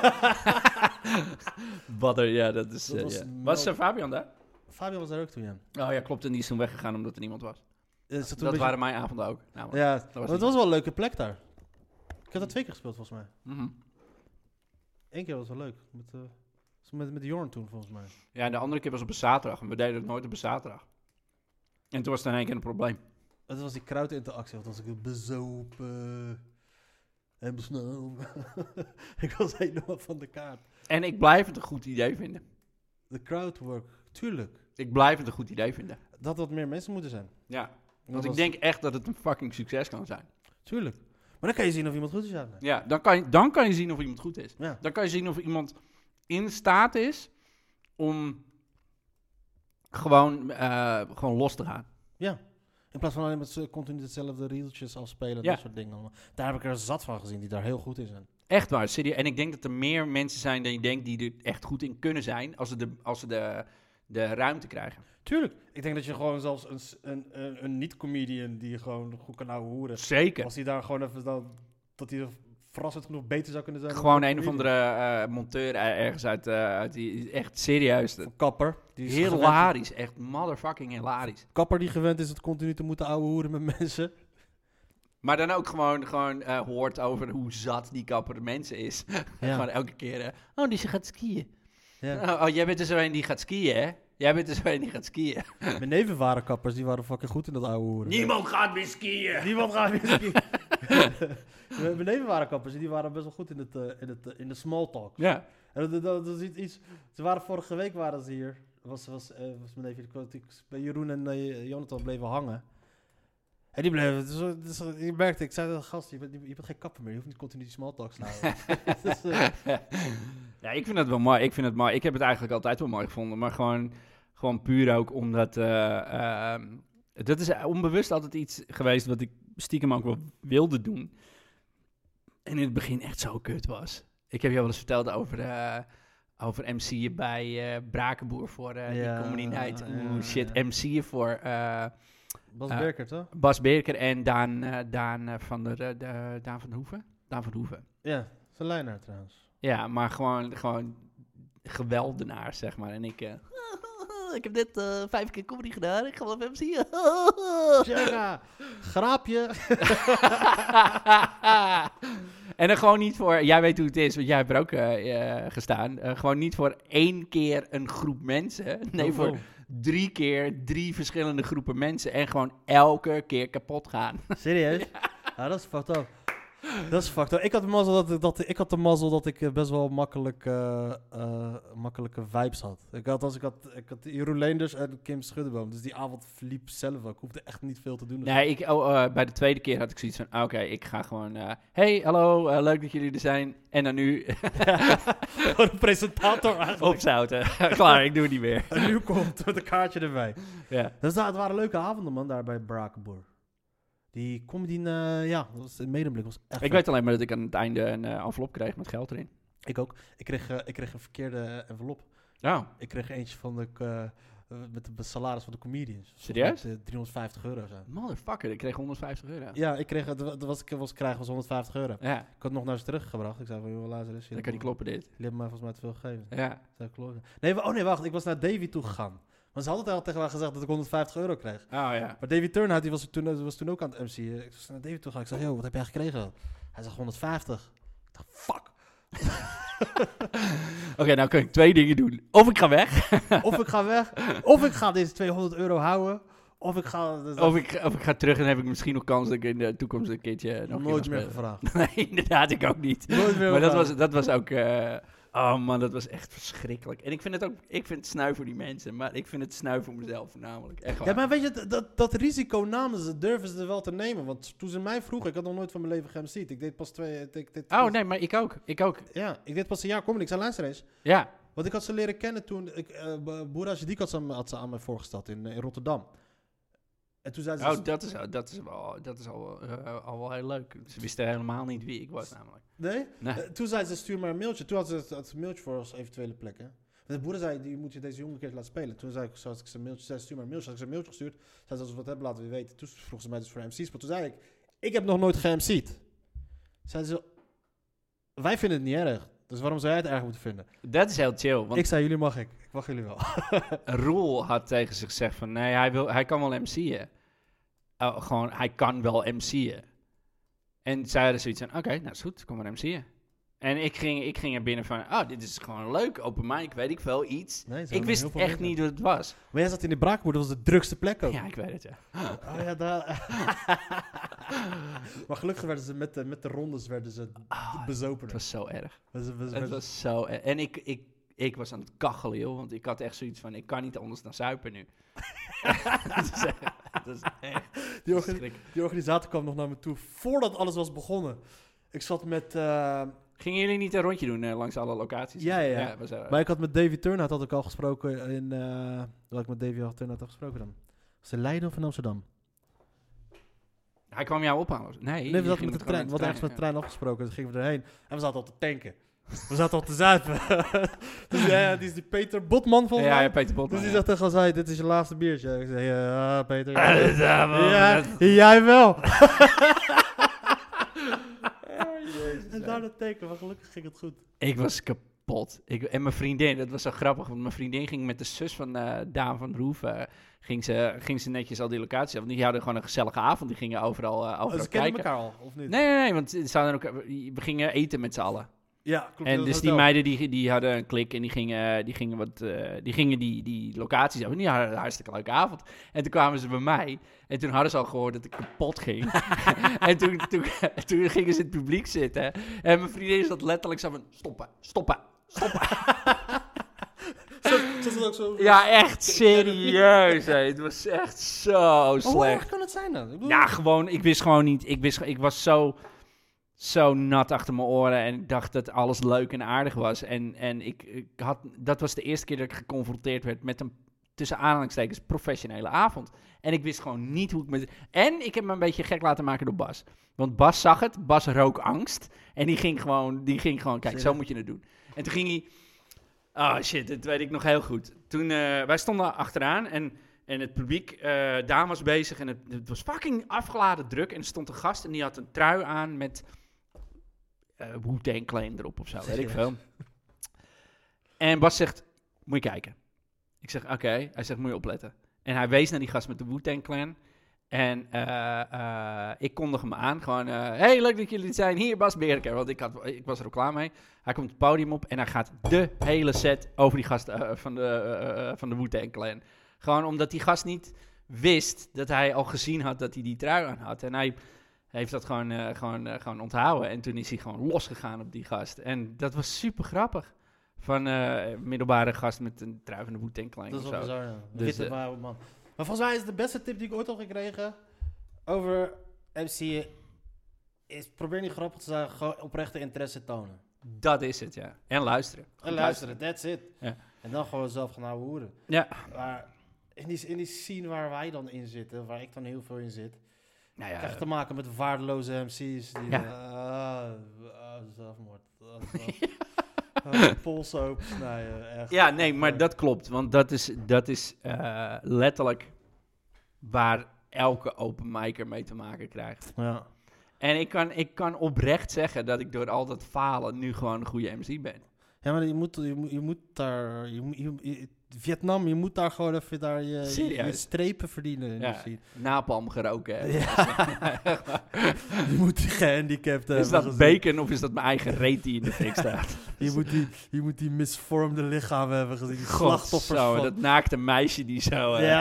Ja, dat is... Dat was ja. een Was Fabian daar? Fabian was daar ook toen, ja. Oh ja, klopt. En die is toen weggegaan omdat er niemand was. Is toen Dat waren mijn avonden ook. Namelijk. Ja, was maar het niet. was wel een leuke plek daar. Ik heb dat 2 keer gespeeld, volgens mij. Mhm. 1 keer was wel leuk. Met Jorn toen, volgens mij. Ja, en de andere keer was op een zaterdag. En we deden het nooit op een zaterdag. En toen was het in één keer een probleem. Dat was die crowd-interactie. Want was ik bezopen en besnoven. Ik was helemaal van de kaart. En ik blijf het een goed idee vinden. De crowdwork, tuurlijk. Ik blijf het een goed idee vinden. Dat wat meer mensen moeten zijn. Ja. Want ik denk echt dat het een fucking succes kan zijn. Tuurlijk. Maar dan kan je zien of iemand goed is. Ja. Ja, dan kan je zien of iemand goed is. Ja. Dan kan je zien of iemand in staat is om gewoon los te gaan. Ja. In plaats van alleen met continu hetzelfde rieltjes afspelen. Ja. Dat soort dingen allemaal. Daar heb ik er zat van gezien die daar heel goed in zijn. Echt waar, serieus. En ik denk dat er meer mensen zijn dan je denkt die er echt goed in kunnen zijn als ze de ruimte krijgen. Tuurlijk. Ik denk dat je gewoon zelfs een niet-comedian die gewoon goed kan houden. Zeker. Als hij daar gewoon even dat hij er verrassend genoeg beter zou kunnen zijn. Gewoon dan een of andere monteur ergens uit die echt serieus. Een kapper. Die is Hilarisch, echt motherfucking hilarisch. Kapper die gewend is het continu te moeten hoeren met mensen. Maar dan ook gewoon hoort over hoe zat die kapper de mensen is. Ja. Gewoon elke keer, die gaat skiën. Ja. Oh, jij bent er zo een die gaat skiën, hè? Jij bent dus weer niet gaan skiën. Mijn neven waren kappers, die waren fucking goed in dat oude hoeren. Niemand gaat meer skiën. Niemand gaat weer skiën. Mijn neven waren kappers en die waren best wel goed in de small talk. Ja. En dat is iets. Ze waren vorige week waren ze hier. Was mijn neefje bij Jeroen en Jonathan bleven hangen. En die bleven. Dus je merkte, ik zei gast, je bent geen kapper meer. Je hoeft niet continu die small talks te houden. Dus, Ja, ik vind het wel mooi. Ik vind het mooi. Ik heb het eigenlijk altijd wel mooi gevonden. Maar gewoon puur ook omdat... dat is onbewust altijd iets geweest wat ik stiekem ook wel wilde doen. En in het begin echt zo kut was. Ik heb jou wel eens verteld over MC'en bij Brakenboer voor die Comedy Night. Shit, MC'en voor... Bas Berker, toch? Bas Berker en Daan van den Hoeven. Daan van den Hoeven. Ja, zijn lijnaar trouwens. Ja, maar gewoon geweldenaar, zeg maar. En ik heb net 5 keer comedy gedaan. Ik ga wel even MC'en. Tjega, graapje. En dan gewoon niet voor... Jij weet hoe het is, want jij hebt er ook gestaan. Gewoon niet voor 1 keer een groep mensen. Nee, voor 3 keer 3 verschillende groepen mensen. En gewoon elke keer kapot gaan. Serieus? Ja, dat is fucked up. Dat is fucked up. Ik had de mazzel dat ik best wel makkelijke vibes had. Ik had Jeroen Leenders en Kim Schuddeboom. Dus die avond verliep zelf ook. Ik hoefde echt niet veel te doen. Nee, bij de tweede keer had ik zoiets van... Oké, ik ga gewoon... hey, hallo, leuk dat jullie er zijn. En dan nu... Gewoon een presentator eigenlijk. Opzouten. Klaar, ik doe het niet meer. En nu komt met een kaartje erbij. Ja. Dus het waren leuke avonden, man, daar bij Brakenboer. Die comedy, dat was een medemblik. Was echt Ik weet alleen maar dat ik aan het einde een envelop kreeg met geld erin. Ik ook. Ik kreeg een verkeerde envelop. Oh. Ik kreeg eentje van met de salaris van de comedians. Serieus? Met, €350 zijn. Motherfucker, ik kreeg €150. Ja, ik kreeg was €150. Ja, Ik had nog naar ze teruggebracht. Ik zei van, joh, Lazarus. dan kan die kloppen dit. Jullie hebben mij volgens mij te veel gegeven. Ja. Zei, kloppen. Nee, wacht. Ik was naar Davy toe gegaan. Want ze hadden al tegen mij gezegd dat ik €150 kreeg. Oh ja. Maar Davy Turnhout, die was toen ook aan het MC'en. Ik was naar Davy toe gegaan. Ik zei, joh, wat heb jij gekregen? Hij zegt 150. Ik dacht, fuck. Oké, nou kun ik 2 dingen doen. Of ik ga weg. Of ik ga deze €200 houden. Of ik ga... Of ik ga terug en dan heb ik misschien nog kans dat ik in de toekomst een keertje nog nooit meer spelen. gevraagd. Nee, inderdaad, ik ook niet. Nooit meer Maar gevraagd. dat was ook... oh man, dat was echt verschrikkelijk. En ik vind het sneu voor die mensen, maar ik vind het sneu voor mezelf voornamelijk. Echt waar. Ja, maar weet je, dat risico namen ze, durven ze er wel te nemen. Want toen ze mij vroegen, ik had nog nooit van mijn leven geMC'd. Ik deed pas Nee, maar ik ook. Ja, ik deed pas een jaar comedy. Ik zei, luister eens. Ja. Want ik had ze leren kennen toen... Boera Jadiek had ze aan mij voorgesteld in Rotterdam. En toen zei ze... Oh, dat is al wel heel leuk. Ze wisten helemaal niet wie ik was namelijk. Nee? Nee. Toen zei ze, stuur maar een mailtje. Toen had ze het mailtje voor als eventuele plekken. De boer zei, je moet je deze jongen een keer laten spelen. Toen zei ik, zoals ik ze een mailtje zei, stuur maar een mailtje. Had ik ze een mailtje gestuurd. Zei ze, als we wat hebben, laten we weten. Toen vroeg ze mij dus voor MC's. Maar toen zei ik heb nog nooit ge-MC'd. Zeiden ze, wij vinden het niet erg. Dus waarom zou jij het erg moeten vinden? Dat is heel chill. Want Ik zei, jullie mag ik. Ik mag jullie wel. Roel had tegen zich gezegd van, nee, hij kan wel MC'en. Gewoon, hij kan wel MC'en. En zeiden zoiets van, oké, nou is goed, kom maar MC'en. En ik ging er binnen van, dit is gewoon leuk, open mic, weet ik veel, iets. Nee, ze Ik hebben wist heel veel echt mensen. niet wat het was. Maar jij zat in de Brakenboer, dat was de drukste plek ook. Ja, ik weet het, ja. Oh ja, daar. Maar gelukkig werden ze met de rondes bezopen. Het was zo erg. Het Het was zo erg. En ik was aan het kachelen, joh, want ik had echt zoiets van, ik kan niet anders dan zuipen nu. dat is echt Die organisator kwam nog naar me toe voordat alles was begonnen. Ik zat met... Gingen jullie niet een rondje doen langs alle locaties? Ja. Was, Maar ik had met Davy Turnhout had ik al gesproken in... Wat ik met Davy Turnhout had gesproken dan? Was het Leiden of in Amsterdam? Hij kwam jou ophalen? Nee, We hadden met de trein. We hadden ergens met de trein afgesproken. Dus gingen we erheen. En we zaten al te tanken. We zaten al te zuipen. Dus die is die Peter Botman volgens mij. Ja, Peter Botman. Dus die zegt tegen ons, dit is je laatste biertje. Ik zei, ja, Peter. Ja, jij wel. En daar dat teken, maar gelukkig ging het goed. Ik was kapot. En mijn vriendin, dat was zo grappig, want mijn vriendin ging met de zus van Daan van Roef, ging ze netjes al die locaties af. Want die hadden gewoon een gezellige avond, die gingen overal Ze kijken. kennen elkaar al, of niet? Nee, want we gingen eten met z'n allen. Ja, klopt. En dus die meiden die hadden een klik en die gingen die locaties over. En die hadden een hartstikke leuke avond. En toen kwamen ze bij mij. En toen hadden ze al gehoord dat ik kapot ging. En toen gingen ze in het publiek zitten. En mijn vriendin zat letterlijk zo van, stoppen. Ja, echt serieus. Hè. Het was echt zo Hoe slecht. erg kan het zijn dan? Ik bedoel, Ja, gewoon, ik wist gewoon niet. Ik was zo nat achter mijn oren en ik dacht dat alles leuk en aardig was. En dat was de eerste keer dat ik geconfronteerd werd met een, tussen aanhalingstekens, professionele avond. En ik wist gewoon niet hoe ik me... En ik heb me een beetje gek laten maken door Bas. Want Bas zag het, Bas rook angst. En die ging gewoon kijk, zo moet je het doen. En toen ging hij... Oh shit, dat weet ik nog heel goed. Toen, wij stonden achteraan en het publiek, Daan was bezig en het was fucking afgeladen druk. En er stond een gast en die had een trui aan met Wu-Tang Clan erop of zo, weet ik veel. En Bas zegt, moet je kijken. Ik zeg, oké. Hij zegt, moet je opletten. En hij wees naar die gast met de Wu-Tang Clan. En ik kondig hem aan, gewoon, hey, leuk dat jullie er zijn. Hier, Bas Berker, want ik was er ook klaar mee. Hij komt het podium op en hij gaat de hele set over die gast van de Wu-Tang Clan. Gewoon omdat die gast niet wist dat hij al gezien had dat hij die trui aan had. En hij heeft dat gewoon onthouden. En toen is hij gewoon losgegaan op die gast. En dat was super grappig. Van middelbare gast met een trui van de Wu-Tang Clan. dat is of wel zo. bizar, ja. Dus, Dus, man. Maar volgens mij is de beste tip die ik ooit heb gekregen over MC is probeer niet grappig te zijn, gewoon oprechte interesse tonen. Dat is het, ja. En luisteren. En luisteren, that's it. Ja. En dan gewoon zelf gaan houden hoeren. Ja. Maar in die scene waar wij dan in zitten, waar ik dan heel veel in zit, Nou ja, krijg je te maken met waardeloze MC's die zelfmoord. Polsen opensnijden, echt. ja, nee, maar dat klopt. Want dat is letterlijk waar elke open micer mee te maken krijgt. Ja. En ik kan oprecht zeggen dat ik door al dat falen nu gewoon een goede MC ben. Ja, maar je moet daar... Vietnam, je moet daar gewoon even je strepen verdienen. In Ja, de scene. napalm geroken. Hè. Je moet die gehandicapten Is hebben dat gezien. bacon of is dat mijn eigen reet die in de fik staat? Je moet die misvormde lichamen hebben gezien. Die God, slachtoffers zo, van... dat naakte meisje die zo... Ja.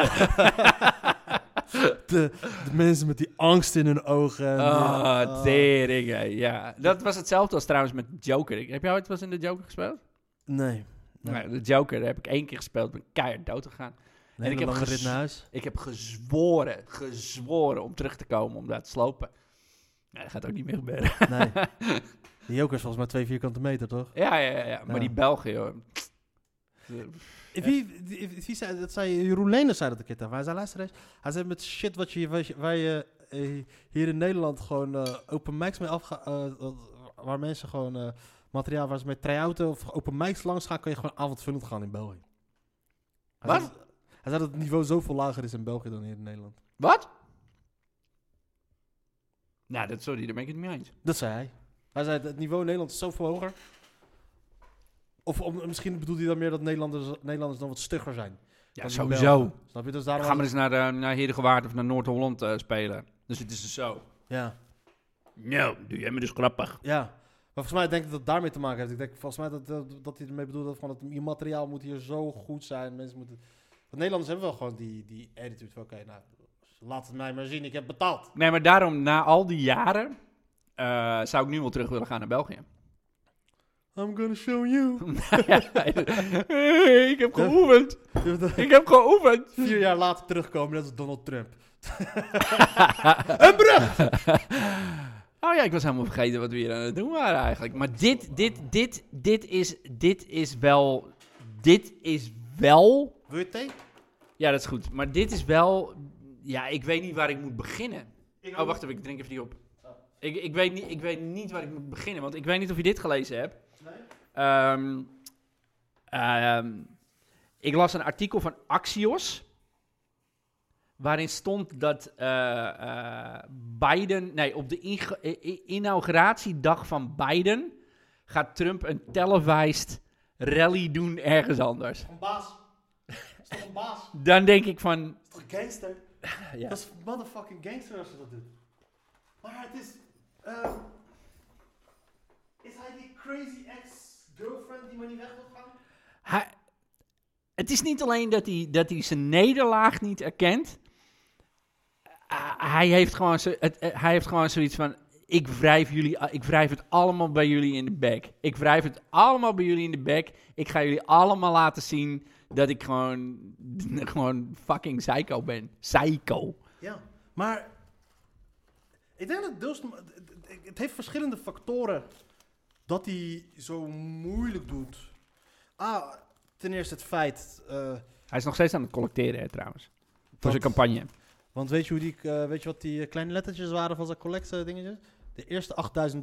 de mensen met die angst in hun ogen. En tering, hè, ja. Dat was hetzelfde als trouwens met Joker. Heb jij ooit wel eens in de Joker gespeeld? Nee. Nee, de Joker heb ik 1 keer gespeeld, ben keihard dood gegaan. En ik heb rit naar huis. Ik heb gezworen om terug te komen om daar te slopen. Nee, dat gaat ook niet meer gebeuren. Nee. Die Joker is volgens mij 2 vierkante meter, toch? Ja. Maar Ja. die Belgen, joh. Wie zei, dat zei Jeroen Leenders zei dat een keer tegen mij. Hij zei, luister eens. Hij zei, met shit waar je hier in Nederland gewoon open mics mee waar mensen gewoon materiaal waar ze met try-outen of open mics langs gaan, kan je gewoon avondvullend gaan in België. Hij zei dat het niveau zoveel lager is in België dan hier in Nederland. Wat? Nou, sorry, daar ben ik het niet mee eens. Dat zei hij. Hij zei, het niveau in Nederland is zoveel hoger. Of misschien bedoelt hij dan meer dat Nederlanders dan wat stugger zijn. Ja, dan sowieso. Belgen. Snap je? Dus daarom Gaan we eens naar Heerdegewaard of naar Noord-Holland spelen. Dus het is dus zo. Ja. Nou, doe jij me dus grappig. Ja. Maar volgens mij denk ik dat het daarmee te maken heeft. Ik denk volgens mij dat hij ermee bedoelt dat van je materiaal moet hier zo goed zijn. Mensen moeten... Want Nederlanders hebben wel gewoon die attitude van oké, nou, laat het mij maar zien, ik heb betaald. Nee, maar daarom, na al die jaren, zou ik nu wel terug willen gaan naar België. I'm gonna show you. Ik heb geoefend. Ik heb geoefend. 4 jaar later terugkomen, net als Donald Trump. Een brug! Oh ja, ik was helemaal vergeten wat we hier aan het doen waren eigenlijk. Maar dit is wel... Wil je thee? Ja, dat is goed. Maar dit is wel... Ja, ik weet niet waar ik moet beginnen. Oh, wacht even, ik drink even die op. Ik weet niet waar ik moet beginnen, want ik weet niet of je dit gelezen hebt. Ik las een artikel van Axios, waarin stond dat Biden... op de inauguratiedag van Biden gaat Trump een televised rally doen ergens anders. Een baas. Is toch een baas? Dan denk ik van... Is toch een gangster? Ja. Dat is motherfucking gangster als ze dat doet. Maar het is... is hij die crazy hij maar niet weg wil gaan? Het is niet alleen dat hij zijn nederlaag niet erkent. Hij heeft gewoon zoiets van... Ik wrijf het allemaal bij jullie in de bek. Ik wrijf het allemaal bij jullie in de bek. Ik ga jullie allemaal laten zien dat ik gewoon fucking psycho ben. Psycho. Ja, maar ik denk dat deels... Het heeft verschillende factoren dat hij zo moeilijk doet. Ten eerste het feit... Hij is nog steeds aan het collecteren, hè, trouwens. Voor zijn campagne. Want weet je wat die kleine lettertjes waren van zijn collectie dingetjes? De eerste $8.000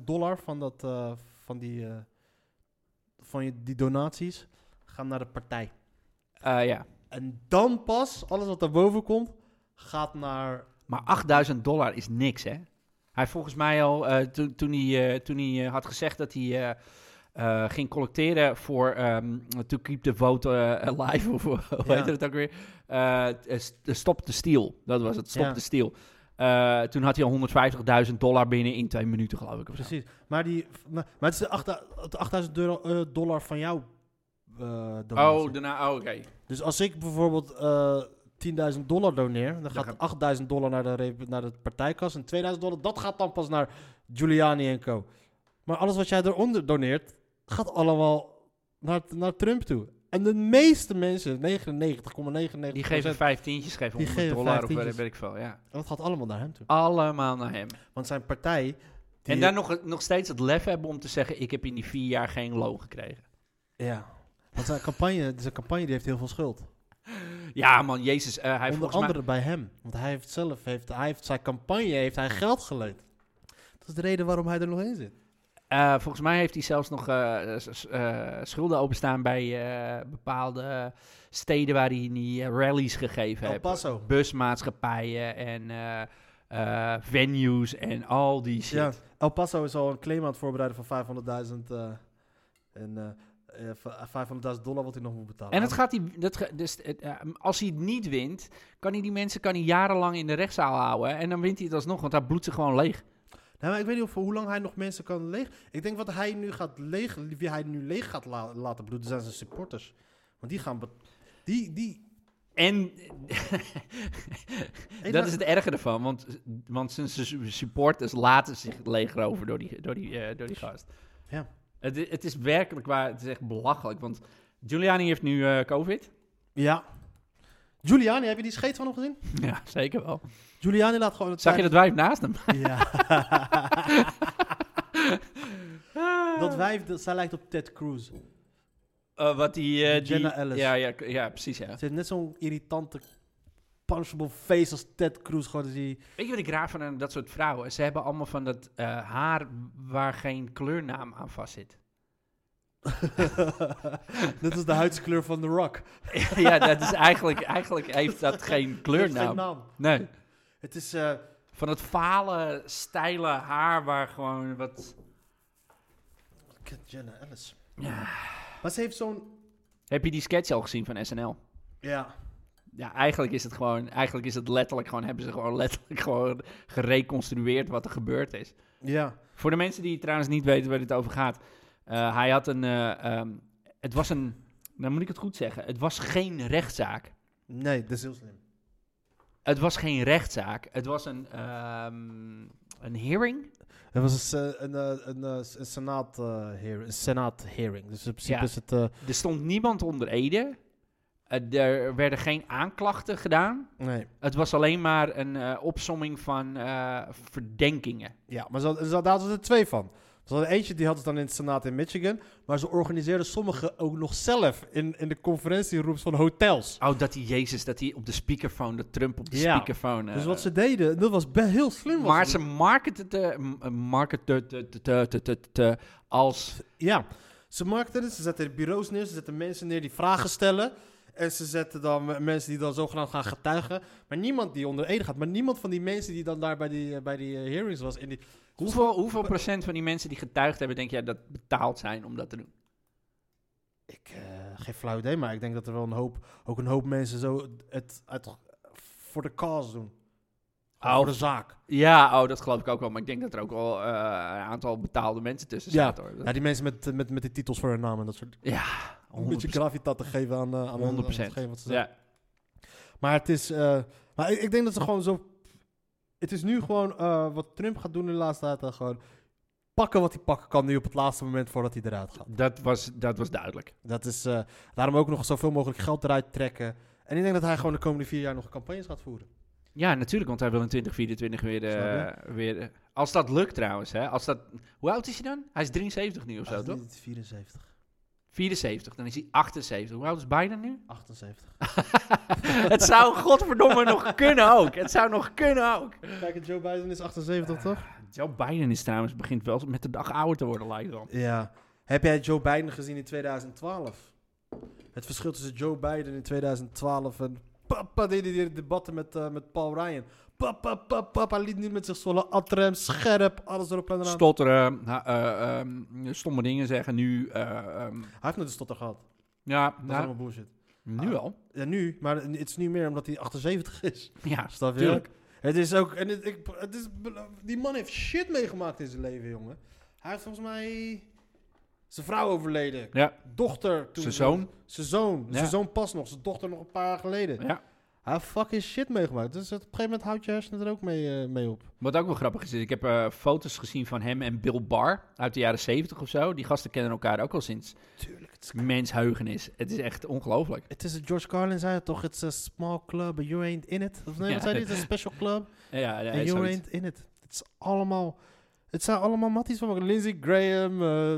van die donaties gaan naar de partij. Ja. En dan pas, alles wat daarboven komt, gaat naar... Maar $8.000 is niks, hè? Hij volgens mij al, toen hij had gezegd dat hij ging collecteren voor To Keep the Vote Alive, of hoe heet het ook weer? Stop the Steal, dat was het, Stop the Steal. Toen had hij al $150.000 binnen in 2 minuten, geloof ik. Precies, maar het is de $8.000 van jou donatie. Daarna, oké. Dus als ik bijvoorbeeld $10.000 doneer, dan gaat $8.000 naar de partijkas en $2.000, dat gaat dan pas naar Giuliani en co. Maar alles wat jij eronder doneert, gaat allemaal naar Trump toe. En de meeste mensen, 99,99%... Die geven 5 tientjes, geven $100 of weet ik veel, ja. En dat gaat allemaal naar hem toe. Allemaal naar hem. Want zijn partij... En daar nog steeds het lef hebben om te zeggen, ik heb in die 4 jaar geen loon gekregen. Ja, want zijn campagne die heeft heel veel schuld. Ja man, Jezus. Hij onder andere bij hem. Want hij heeft zijn campagne heeft hij geld geleend. Dat is de reden waarom hij er nog in zit. Volgens mij heeft hij zelfs nog schulden openstaan bij bepaalde steden waar hij niet rallies gegeven heeft. El Paso. Busmaatschappijen en venues en al die shit. Ja, El Paso is al een claim aan het voorbereiden van $500.000 wat hij nog moet betalen. En dat gaat als hij het niet wint, kan hij die mensen jarenlang in de rechtszaal houden. En dan wint hij het alsnog, want hij bloedt ze gewoon leeg. Nou, maar ik weet niet hoe lang hij nog mensen kan leeg. Ik denk wie hij nu leeg gaat laten bloeden, zijn zijn supporters. Want die gaan... En dat is het erge ervan, want zijn supporters laten zich leegroven door die gast. Ja. Het is werkelijk waar, het is echt belachelijk, want Giuliani heeft nu COVID. Ja. Giuliani, heb je die scheet van hem gezien? Ja, zeker wel. Giuliani laat gewoon... Zag je dat wijf naast hem? Ja. Dat wijf, zij lijkt op Ted Cruz. Jenna Ellis. Ja, precies, ja. Ze heeft net zo'n irritante, punchable face als Ted Cruz. Gewoon Weet je wat ik raar vind aan dat soort vrouwen? Ze hebben allemaal van dat haar waar geen kleurnaam aan vast zit. Dat is de huidskleur van The Rock. Ja, dat is eigenlijk heeft dat geen kleurnaam. Geen naam. Nee. Het is... Van het vale, steile haar waar gewoon wat... Jenna Ellis. Ja. Maar ze heeft zo'n... Heb je die sketch al gezien van SNL? Ja. Ja, eigenlijk is het letterlijk gewoon... Hebben ze gewoon letterlijk gewoon gereconstrueerd wat er gebeurd is. Ja. Voor de mensen die trouwens niet weten waar het over gaat. Hij had het was een... Dan moet ik het goed zeggen. Het was geen rechtszaak. Nee, dat is heel slim. Het was geen rechtszaak. Het was een hearing. Het was een senaat hearing. Dus in principe is het... Er stond niemand onder ede. Er werden geen aanklachten gedaan. Nee. Het was alleen maar een opsomming van verdenkingen. Ja, maar daar hadden ze er 2 van. Ze hadden eentje, die hadden ze dan in het Senaat in Michigan. Maar ze organiseerden sommige ook nog zelf in de conferentierooms van hotels. Oh, dat hij op de speakerphone, dat Trump op de speakerphone... Dus wat ze deden, dat was heel slim. Maar ze marketen als... Ja, ze marketen, ze zetten bureaus neer, ze zetten mensen neer die vragen stellen. En ze zetten dan mensen die dan zogenaamd gaan getuigen. Maar niemand die onder ede gaat. Maar niemand van die mensen die dan daar bij die hearings was. Hoeveel procent van die mensen die getuigd hebben, denk jij dat betaald zijn om dat te doen? Geen flauw idee, maar ik denk dat er wel een hoop mensen zo het voor de cause doen. Voor de zaak. Ja, dat geloof ik ook wel. Maar ik denk dat er ook wel een aantal betaalde mensen tussen zaten. Hoor. Ja, die mensen met die titels voor hun naam en dat soort... Ja, 100%. Een beetje gravitas te geven aan 100%. hetgeen wat ze zeggen. Ja. Maar het is... maar ik denk dat ze gewoon zo... Het is nu gewoon wat Trump gaat doen in de laatste tijd. Gewoon pakken wat hij pakken kan nu op het laatste moment voordat hij eruit gaat. Dat was duidelijk. Dat is daarom ook nog zoveel mogelijk geld eruit trekken. En ik denk dat hij gewoon de komende 4 jaar nog campagnes gaat voeren. Ja, natuurlijk, want hij wil in 2024 weer... als dat lukt trouwens, hè. Hoe oud is hij dan? Hij is 73 nu of zo, toch? 74. 74, dan is hij 78. Hoe oud is Biden nu? 78. Het zou godverdomme nog kunnen ook. Het zou nog kunnen ook. Kijk, Joe Biden is 78, toch? Joe Biden is trouwens, begint wel met de dag ouder te worden, lijkt wel. Ja. Heb jij Joe Biden gezien in 2012? Het verschil tussen Joe Biden in 2012 en... Papa deed die debatten met Paul Ryan. Papa liet niet met zich zwollen. Adrem, scherp, alles erop en eraan. Stotteren, stomme dingen zeggen nu. Hij heeft net een stotter gehad. Ja, Dat is allemaal bullshit. nu al. Ja, nu. Maar het is niet meer omdat hij 78 is. Ja, Snap je? tuurlijk. Het is ook... En het is, die man heeft shit meegemaakt in zijn leven, jongen. Hij heeft volgens mij... Zijn vrouw overleden. Ja. Dochter toen. Zijn zoon. Zijn zoon. Ja. Zijn zoon pas nog. Zijn dochter nog een paar jaar geleden. Ja. Hij heeft fucking shit meegemaakt. Dus op een gegeven moment houdt je hersenen er ook mee op. Wat ook wel grappig is, ik heb foto's gezien van hem en Bill Barr uit de jaren 70 of zo. Die gasten kennen elkaar ook al sinds Tuurlijk. Het is, mensheugenis. Het is echt ongelooflijk. het is George Carlin zei het toch? It's a small club, but you ain't in it. Of nee, Ja. wat zei hij? It's a special club, Ja, and you zoiets. ain't in it. Het zijn allemaal matties van elkaar. Lindsey Graham.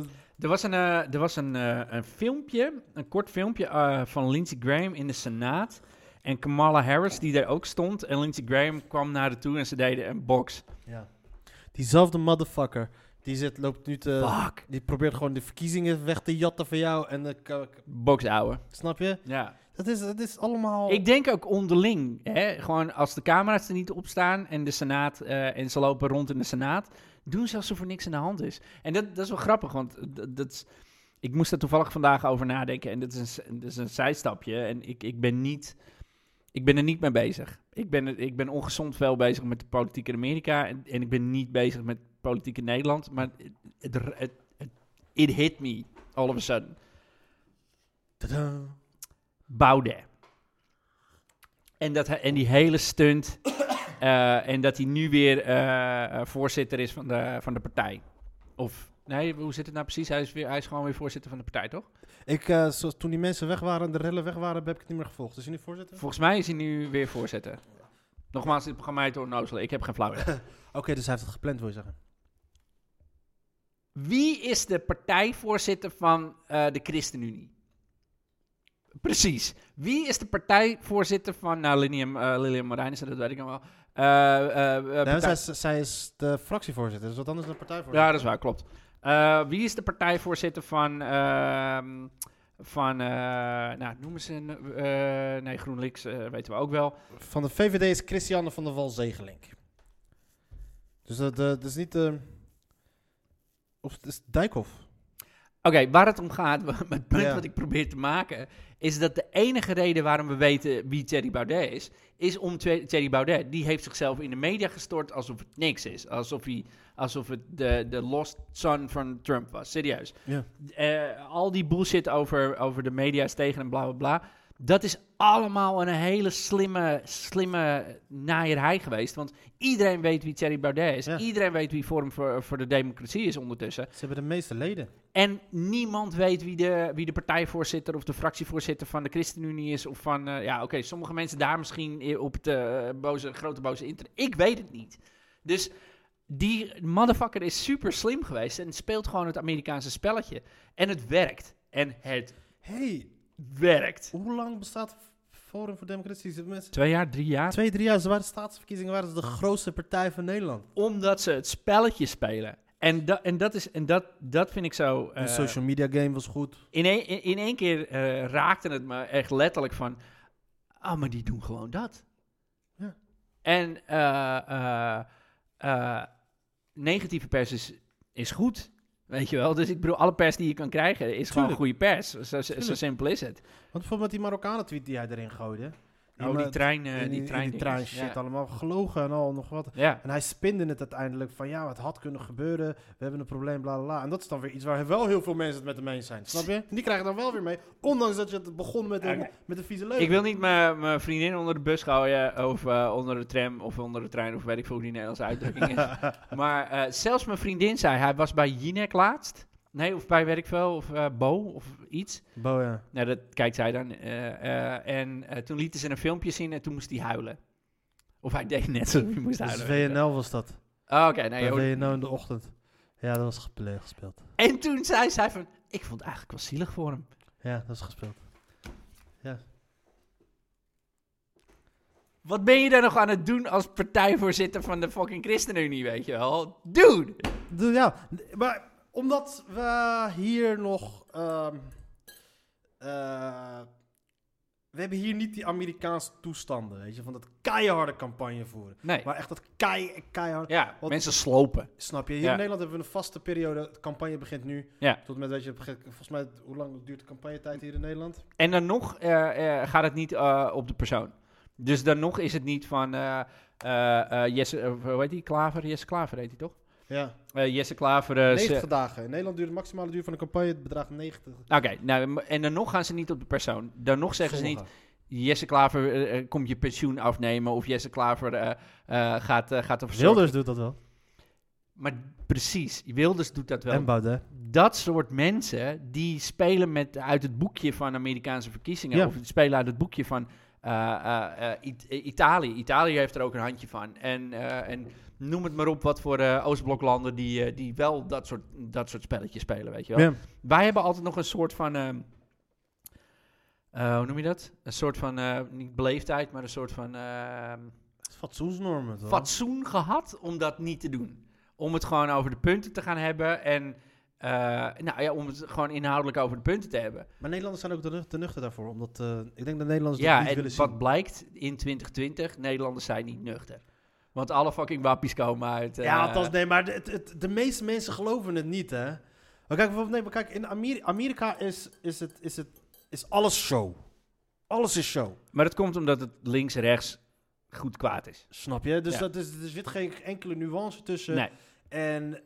Er was een filmpje, een kort filmpje van Lindsey Graham in de Senaat. En Kamala Harris, die daar ook stond. En Lindsey Graham kwam naar haar toe en ze deden een box. Ja. Diezelfde motherfucker. Loopt nu te... Fuck. Die probeert gewoon de verkiezingen weg te jatten van jou. En Box ouwe. snap je? Ja. Het is allemaal... Ik denk ook onderling, hè, gewoon als de camera's er niet op staan en de Senaat, en ze lopen rond in de Senaat, doen ze alsof er niks aan de hand is. En dat is wel grappig, want ik moest er toevallig vandaag over nadenken en dat is een zijstapje en ik ben er niet mee bezig. Ik ben ongezond veel bezig met de politiek in Amerika en ik ben niet bezig met politiek in Nederland, maar it hit me all of a sudden. Tadaa. Baudet. En die hele stunt. En dat hij nu weer voorzitter is van de partij. Of, nee, hoe zit het nou precies? Hij is gewoon weer voorzitter van de partij, toch? Toen die mensen weg waren en de rellen weg waren, heb ik het niet meer gevolgd. Is hij nu voorzitter? Volgens mij is hij nu weer voorzitter. Nogmaals, dit programma heet onnozelen. Ik heb geen flauw idee. Oké, dus hij heeft het gepland, wil je zeggen? Wie is de partijvoorzitter van de ChristenUnie? Precies. Wie is de partijvoorzitter van... Nou, Lilian Marijnissen, dat weet ik nog wel. Zij is de fractievoorzitter, dus wat anders dan de partijvoorzitter. Ja, dat is waar, klopt. Wie is de partijvoorzitter van... nou, noemen ze... nee, GroenLinks weten we ook wel. Van de VVD is Christiane van der Wal-Zegelink. Dus dat is niet... of het is Dijkhoff. Oké, waar het om gaat, het punt Ja. wat ik probeer te maken, is dat de enige reden waarom we weten wie Thierry Baudet is om Thierry Baudet. Die heeft zichzelf in de media gestort alsof het niks is. Alsof het de lost son van Trump was. Serieus. Ja. Al die bullshit over de media is tegen en bla bla bla. Dat is allemaal een hele slimme naaierij geweest. Want iedereen weet wie Thierry Baudet is. Ja. Iedereen weet wie Forum voor de Democratie is ondertussen. Ze hebben de meeste leden. En niemand weet wie de partijvoorzitter of de fractievoorzitter van de ChristenUnie is. Of van, sommige mensen daar misschien op het grote boze internet. Ik weet het niet. Dus die motherfucker is super slim geweest en speelt gewoon het Amerikaanse spelletje. En het werkt. Werkt. Hoe lang bestaat Forum voor Democratie? 2 jaar, 3 jaar. 2, 3 jaar. Ze waren staatsverkiezingen, waren ze de grootste partij van Nederland. Omdat ze het spelletje spelen. En dat vind ik zo... De social media game was goed. In één keer raakte het me echt letterlijk van... maar die doen gewoon dat. Ja. En negatieve pers is goed. Weet je wel? Dus ik bedoel, alle pers die je kan krijgen is gewoon goede pers. Zo simpel is het. Want bijvoorbeeld met die Marokkanen-tweet die hij erin gooide. Die trein die trein shit allemaal. Gelogen en al nog wat. Ja. En hij spinde het uiteindelijk van het had kunnen gebeuren. We hebben een probleem, bla bla bla. En dat is dan weer iets waar wel heel veel mensen het met hem eens zijn. Snap je? En die krijgen dan wel weer mee. Ondanks dat je het begon met een vieze leugen. Ik wil niet mijn vriendin onder de bus gooien. Of onder de tram of onder de trein. Of weet ik veel hoe die Nederlandse uitdrukking is. Maar zelfs mijn vriendin zei, hij was bij Jinek laatst. Nee, of bij weet ik veel, of Bo, of iets. Bo, ja. Nou, dat kijkt zij dan. Toen lieten ze een filmpje zien en toen moest hij huilen. Of hij deed net zo, hij moest huilen. Dus WNL was dat. Oh, oké. Nee, WNL in de ochtend. Ja, dat was gespeeld. En toen zei zij van, ik vond het eigenlijk wel zielig voor hem. Ja, dat is gespeeld. Ja. Wat ben je daar nog aan het doen als partijvoorzitter van de fucking ChristenUnie, weet je wel? Dude! Ja, maar omdat we hier nog... we hebben hier niet die Amerikaanse toestanden, weet je, van dat keiharde campagne voeren. Nee. Maar echt dat keihard. Ja, mensen slopen. Snap je? Hier in Nederland hebben we een vaste periode. De campagne begint nu. Ja. Tot met, weet je, volgens mij, hoe lang duurt de campagnetijd hier in Nederland? En dan nog gaat het niet op de persoon. Dus dan nog is het niet van Jesse, hoe heet die? Klaver? Jesse Klaver heet hij toch? Ja. Jesse Klaver. 90 dagen. In Nederland duurt de maximale duur van de campagne, het bedraagt 90. Oké, nou, en dan nog gaan ze niet op de persoon. Dan nog zeggen ze niet, Jesse Klaver komt je pensioen afnemen of Jesse Klaver gaat ervoor zorgen. Wilders doet dat wel. Maar precies, Wilders doet dat wel. En Baudet. Dat soort mensen, die spelen uit het boekje van Amerikaanse verkiezingen. Ja. Of die spelen uit het boekje van Italië. Italië heeft er ook een handje van. En noem het maar op wat voor Oostbloklanden die wel dat soort spelletjes spelen, weet je wel. Ja. Wij hebben altijd nog een soort van... hoe noem je dat? Een soort van, niet beleefdheid, maar een soort van... fatsoensnormen, toch? fatsoen gehad om dat niet te doen. Om het gewoon over de punten te gaan hebben en... om het gewoon inhoudelijk over de punten te hebben. Maar Nederlanders zijn ook te nuchter daarvoor. Omdat ik denk dat Nederlanders Ja, dat niet en willen wat zien. blijkt in 2020, Nederlanders zijn niet nuchter. Want alle fucking wappies komen uit... nee, maar de meeste mensen geloven het niet, hè. Maar kijk, in Amerika is alles show. Alles is show. Maar dat komt omdat het links-rechts goed kwaad is. Snap je? Dus Ja. er zit geen enkele nuance tussen. Nee. En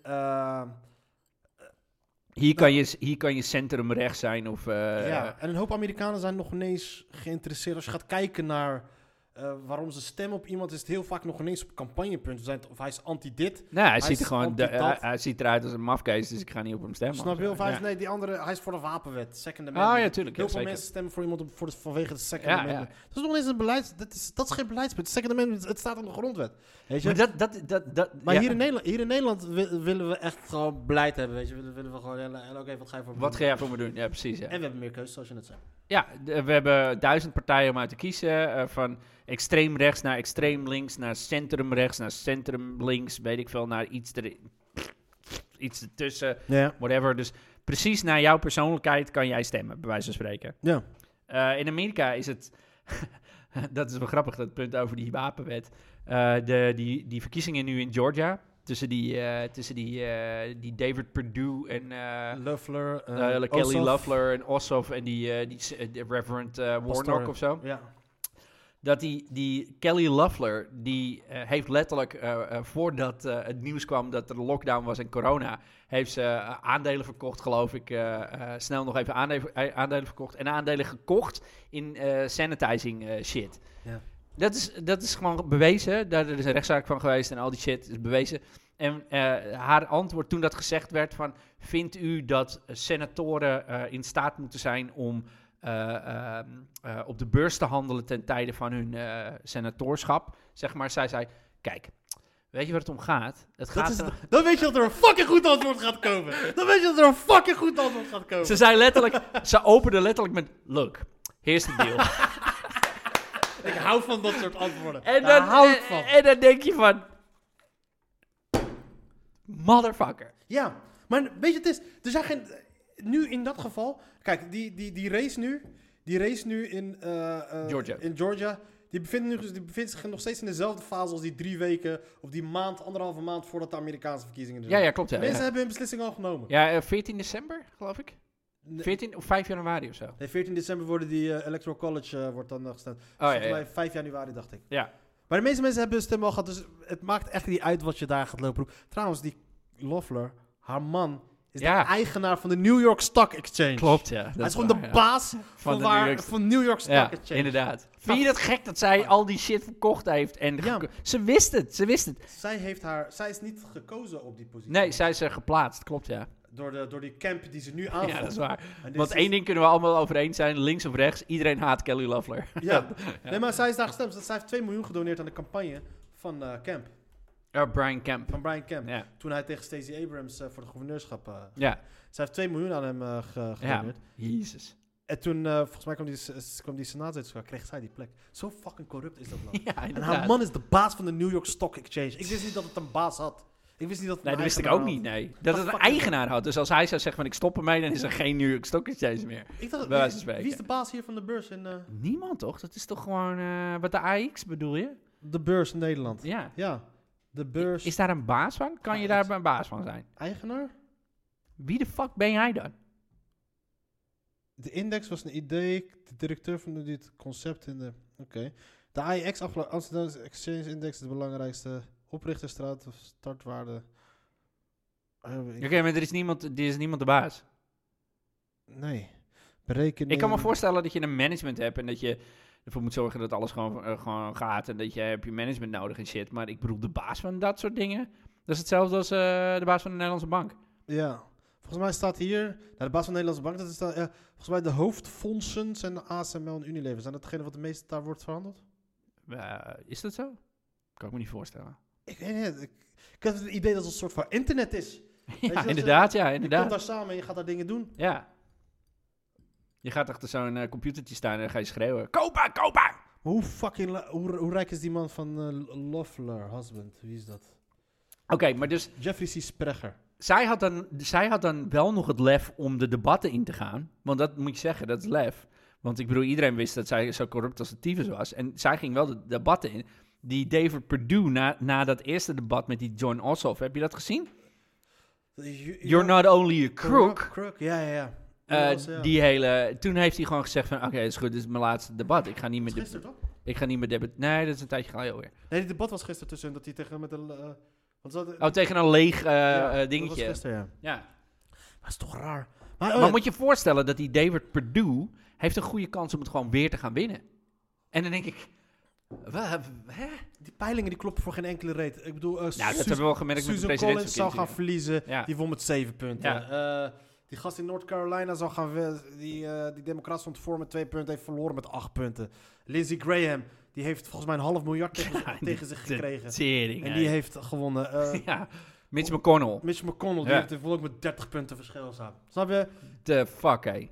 Hier kan je centrum rechts zijn of... en een hoop Amerikanen zijn nog ineens geïnteresseerd. Als je gaat kijken naar waarom ze stemmen op iemand, is het heel vaak nog ineens op campagnepunten. Of hij is anti-dit. Nou, hij Hij ziet er is gewoon... anti-dat. Hij ziet eruit als een mafkees, dus ik ga niet op hem stemmen. Snap je? Of hij is, Ja. nee, die andere, hij is voor de wapenwet. Second Amendment. Oh ja, tuurlijk. Heel Ja, veel zeker. mensen stemmen voor iemand vanwege de Second Ja, Amendment. ja. Dat is nog eens een beleid. Dat is geen beleidspunt. De Second Amendment, het staat in de grondwet. Weet je? Maar Maar hier in Nederland willen we echt gewoon beleid hebben. Weet je? Willen we gewoon, oké, wat ga je voor me Wat doen? ga jij voor me doen? Ja, precies. Ja. En we hebben meer keuzes, zoals je net zei. Ja, we hebben 1000 partijen om uit te kiezen. Van extreem rechts naar extreem links, naar centrum rechts, naar centrum links, weet ik veel, naar iets ertussen, Ja. whatever. Dus precies naar jouw persoonlijkheid kan jij stemmen, bij wijze van spreken. Ja. In Amerika is het, dat is wel grappig, dat punt over die wapenwet. Die verkiezingen nu in Georgia, tussen die David Perdue en... Loeffler. Kelly Ossoff. Loeffler en Ossoff en die Reverend Warnock of zo. Ja. Dat die Kelly Loeffler, die heeft letterlijk, voordat het nieuws kwam dat er een lockdown was en corona, heeft ze aandelen verkocht, geloof ik. Snel nog even aandelen verkocht. En aandelen gekocht in sanitizing shit. Ja. Dat is gewoon bewezen. Daar is een rechtszaak van geweest en al die shit is bewezen. En haar antwoord toen dat gezegd werd van... Vindt u dat senatoren in staat moeten zijn om op de beurs te handelen ten tijde van hun senatorschap? Zeg maar, zij zei, kijk, weet je waar het om gaat? Dan weet je dat er een fucking goed antwoord gaat komen. Ze zei letterlijk, ze opende letterlijk met, look, here's the deal. Ik hou van dat soort antwoorden. Daar hou ik van. En dan denk je van... Motherfucker. Ja, maar weet je, het is... Er zijn geen... Nu in dat geval... Kijk, die race nu in Georgia. In Georgia... Die bevindt zich nog steeds in dezelfde fase als die 3 weken... Of die maand, 1,5 maand voordat de Amerikaanse verkiezingen er zijn. Ja, klopt. Ja, Mensen ja. hebben hun beslissing al genomen. Ja, 14 december, geloof ik. Nee, 14 of 5 januari of zo. nee, 14 december worden die Electoral College wordt dan gestemd. Oh, ja, Volgens ja. mij 5 januari, dacht ik. Ja. Maar de meeste mensen hebben hun stem al gehad, dus het maakt echt niet uit wat je daar gaat lopen roepen. Trouwens, die Loeffler, haar man, is Ja. de eigenaar van de New York Stock Exchange. Klopt, ja. Hij is gewoon de baas van New York Stock Ja, Exchange. inderdaad. Vind je dat gek dat zij al die shit verkocht heeft? En Ja. Ze wist het. Zij is niet gekozen op die positie. Nee, zij is er geplaatst, klopt, ja. Door die camp die ze nu aanvalt. Ja, dat is waar. En dit Want is- één ding kunnen we allemaal over eens zijn, links of rechts, iedereen haat Kelly Loeffler. Ja. Nee, maar zij is daar gestemd. Zij heeft 2 miljoen gedoneerd aan de campagne van Camp. Brian Kemp. Van Brian Camp. Ja. Toen hij tegen Stacey Abrams voor de gouverneurschap... Ja. zij heeft 2 miljoen aan hem Ja. gedoneerd. Jezus. En toen, volgens mij kwam die senaatzetelschaar, kreeg zij die plek. Zo fucking corrupt is dat land. Ja, En inderdaad. haar man is de baas van de New York Stock Exchange. Ik wist niet dat het een baas had. Ik wist niet dat het Nee, een dat wist ik eigenaar ook had. niet, nee. Dat het een fucking- eigenaar had. Dus als hij zou zeggen van ik stop ermee, dan is er geen New York Stock Exchange meer. Ik dacht, Bij wijze van spreken. wie is de baas hier van de beurs in... Niemand toch? Dat is toch gewoon, wat de AX bedoel je? de beurs in Nederland. Ja. Ja. De beurs... Is daar een baas van? Kan je daar een baas van zijn? eigenaar? Wie de fuck ben jij dan? De index was een idee. De directeur van dit concept in de... Oké. De AIX, Amsterdam Exchange Index, is de belangrijkste oprichterstraat of startwaarde. Oké, maar er is niemand de baas. Nee. Berekening... Ik kan me voorstellen dat je een management hebt en dat je ervoor moet zorgen dat alles gewoon gaat en dat je hebt je management nodig en shit. Maar ik bedoel, de baas van dat soort dingen, dat is hetzelfde als de baas van de Nederlandse bank. Ja. Volgens mij staat hier... Nou, de baas van de Nederlandse Bank, dat is dan... volgens mij de hoofdfondsen zijn de ASML en Unilever. Zijn dat degene wat de meeste daar wordt verhandeld? Is dat zo? Kan ik me niet voorstellen. Ik weet niet. Ik heb het idee dat het een soort van internet is. Ja, dat ze- inderdaad, ja, Je komt inderdaad. daar samen en je gaat daar dingen doen. Ja. Je gaat achter zo'n computertje staan en dan ga je schreeuwen. Kopa, kopa! Maar hoe fucking... Hoe rijk is die man van Loeffler, husband? Wie is dat? Oké, maar dus Jeffrey C. Sprecher. zij had dan wel nog het lef om de debatten in te gaan. Want dat moet je zeggen, dat is lef. Want ik bedoel, iedereen wist dat zij zo corrupt als de tyfus was. En zij ging wel de debatten in. Die David Perdue, na dat eerste debat met die John Ossoff, heb je dat gezien? You're not only a crook. Ja. Toen heeft hij gewoon gezegd van, oké, is goed, dit is mijn laatste debat. Ik ga niet meer Gisteren toch? Nee, dat is een tijdje geleden alweer. Nee, die debat was gisteren tussen dat hij tegen met een... wat zat Oh, tegen een leeg dat dingetje. was gisteren, ja. Ja. Dat is toch raar. Maar moet je voorstellen dat die David Perdue heeft een goede kans om het gewoon weer te gaan winnen. En dan denk ik, hè? Die peilingen die kloppen voor geen enkele reet. Ik bedoel, Nou, dat hebben we wel gemerkt met de Susan Collins zou gaan presidentsverkiezingen. verliezen. Ja. Die won met 7 punten. Die gast in North Carolina zou gaan... Die democraat stond voor met 2 punten. Heeft verloren met 8 punten. Lindsey Graham, die heeft volgens mij $500 miljoen tegen zich gekregen. Tering, En die heeft gewonnen. ja, Mitch McConnell. Mitch McConnell, die Ja. heeft ook met 30 punten verschil staan. Snap je? The fuck, hé.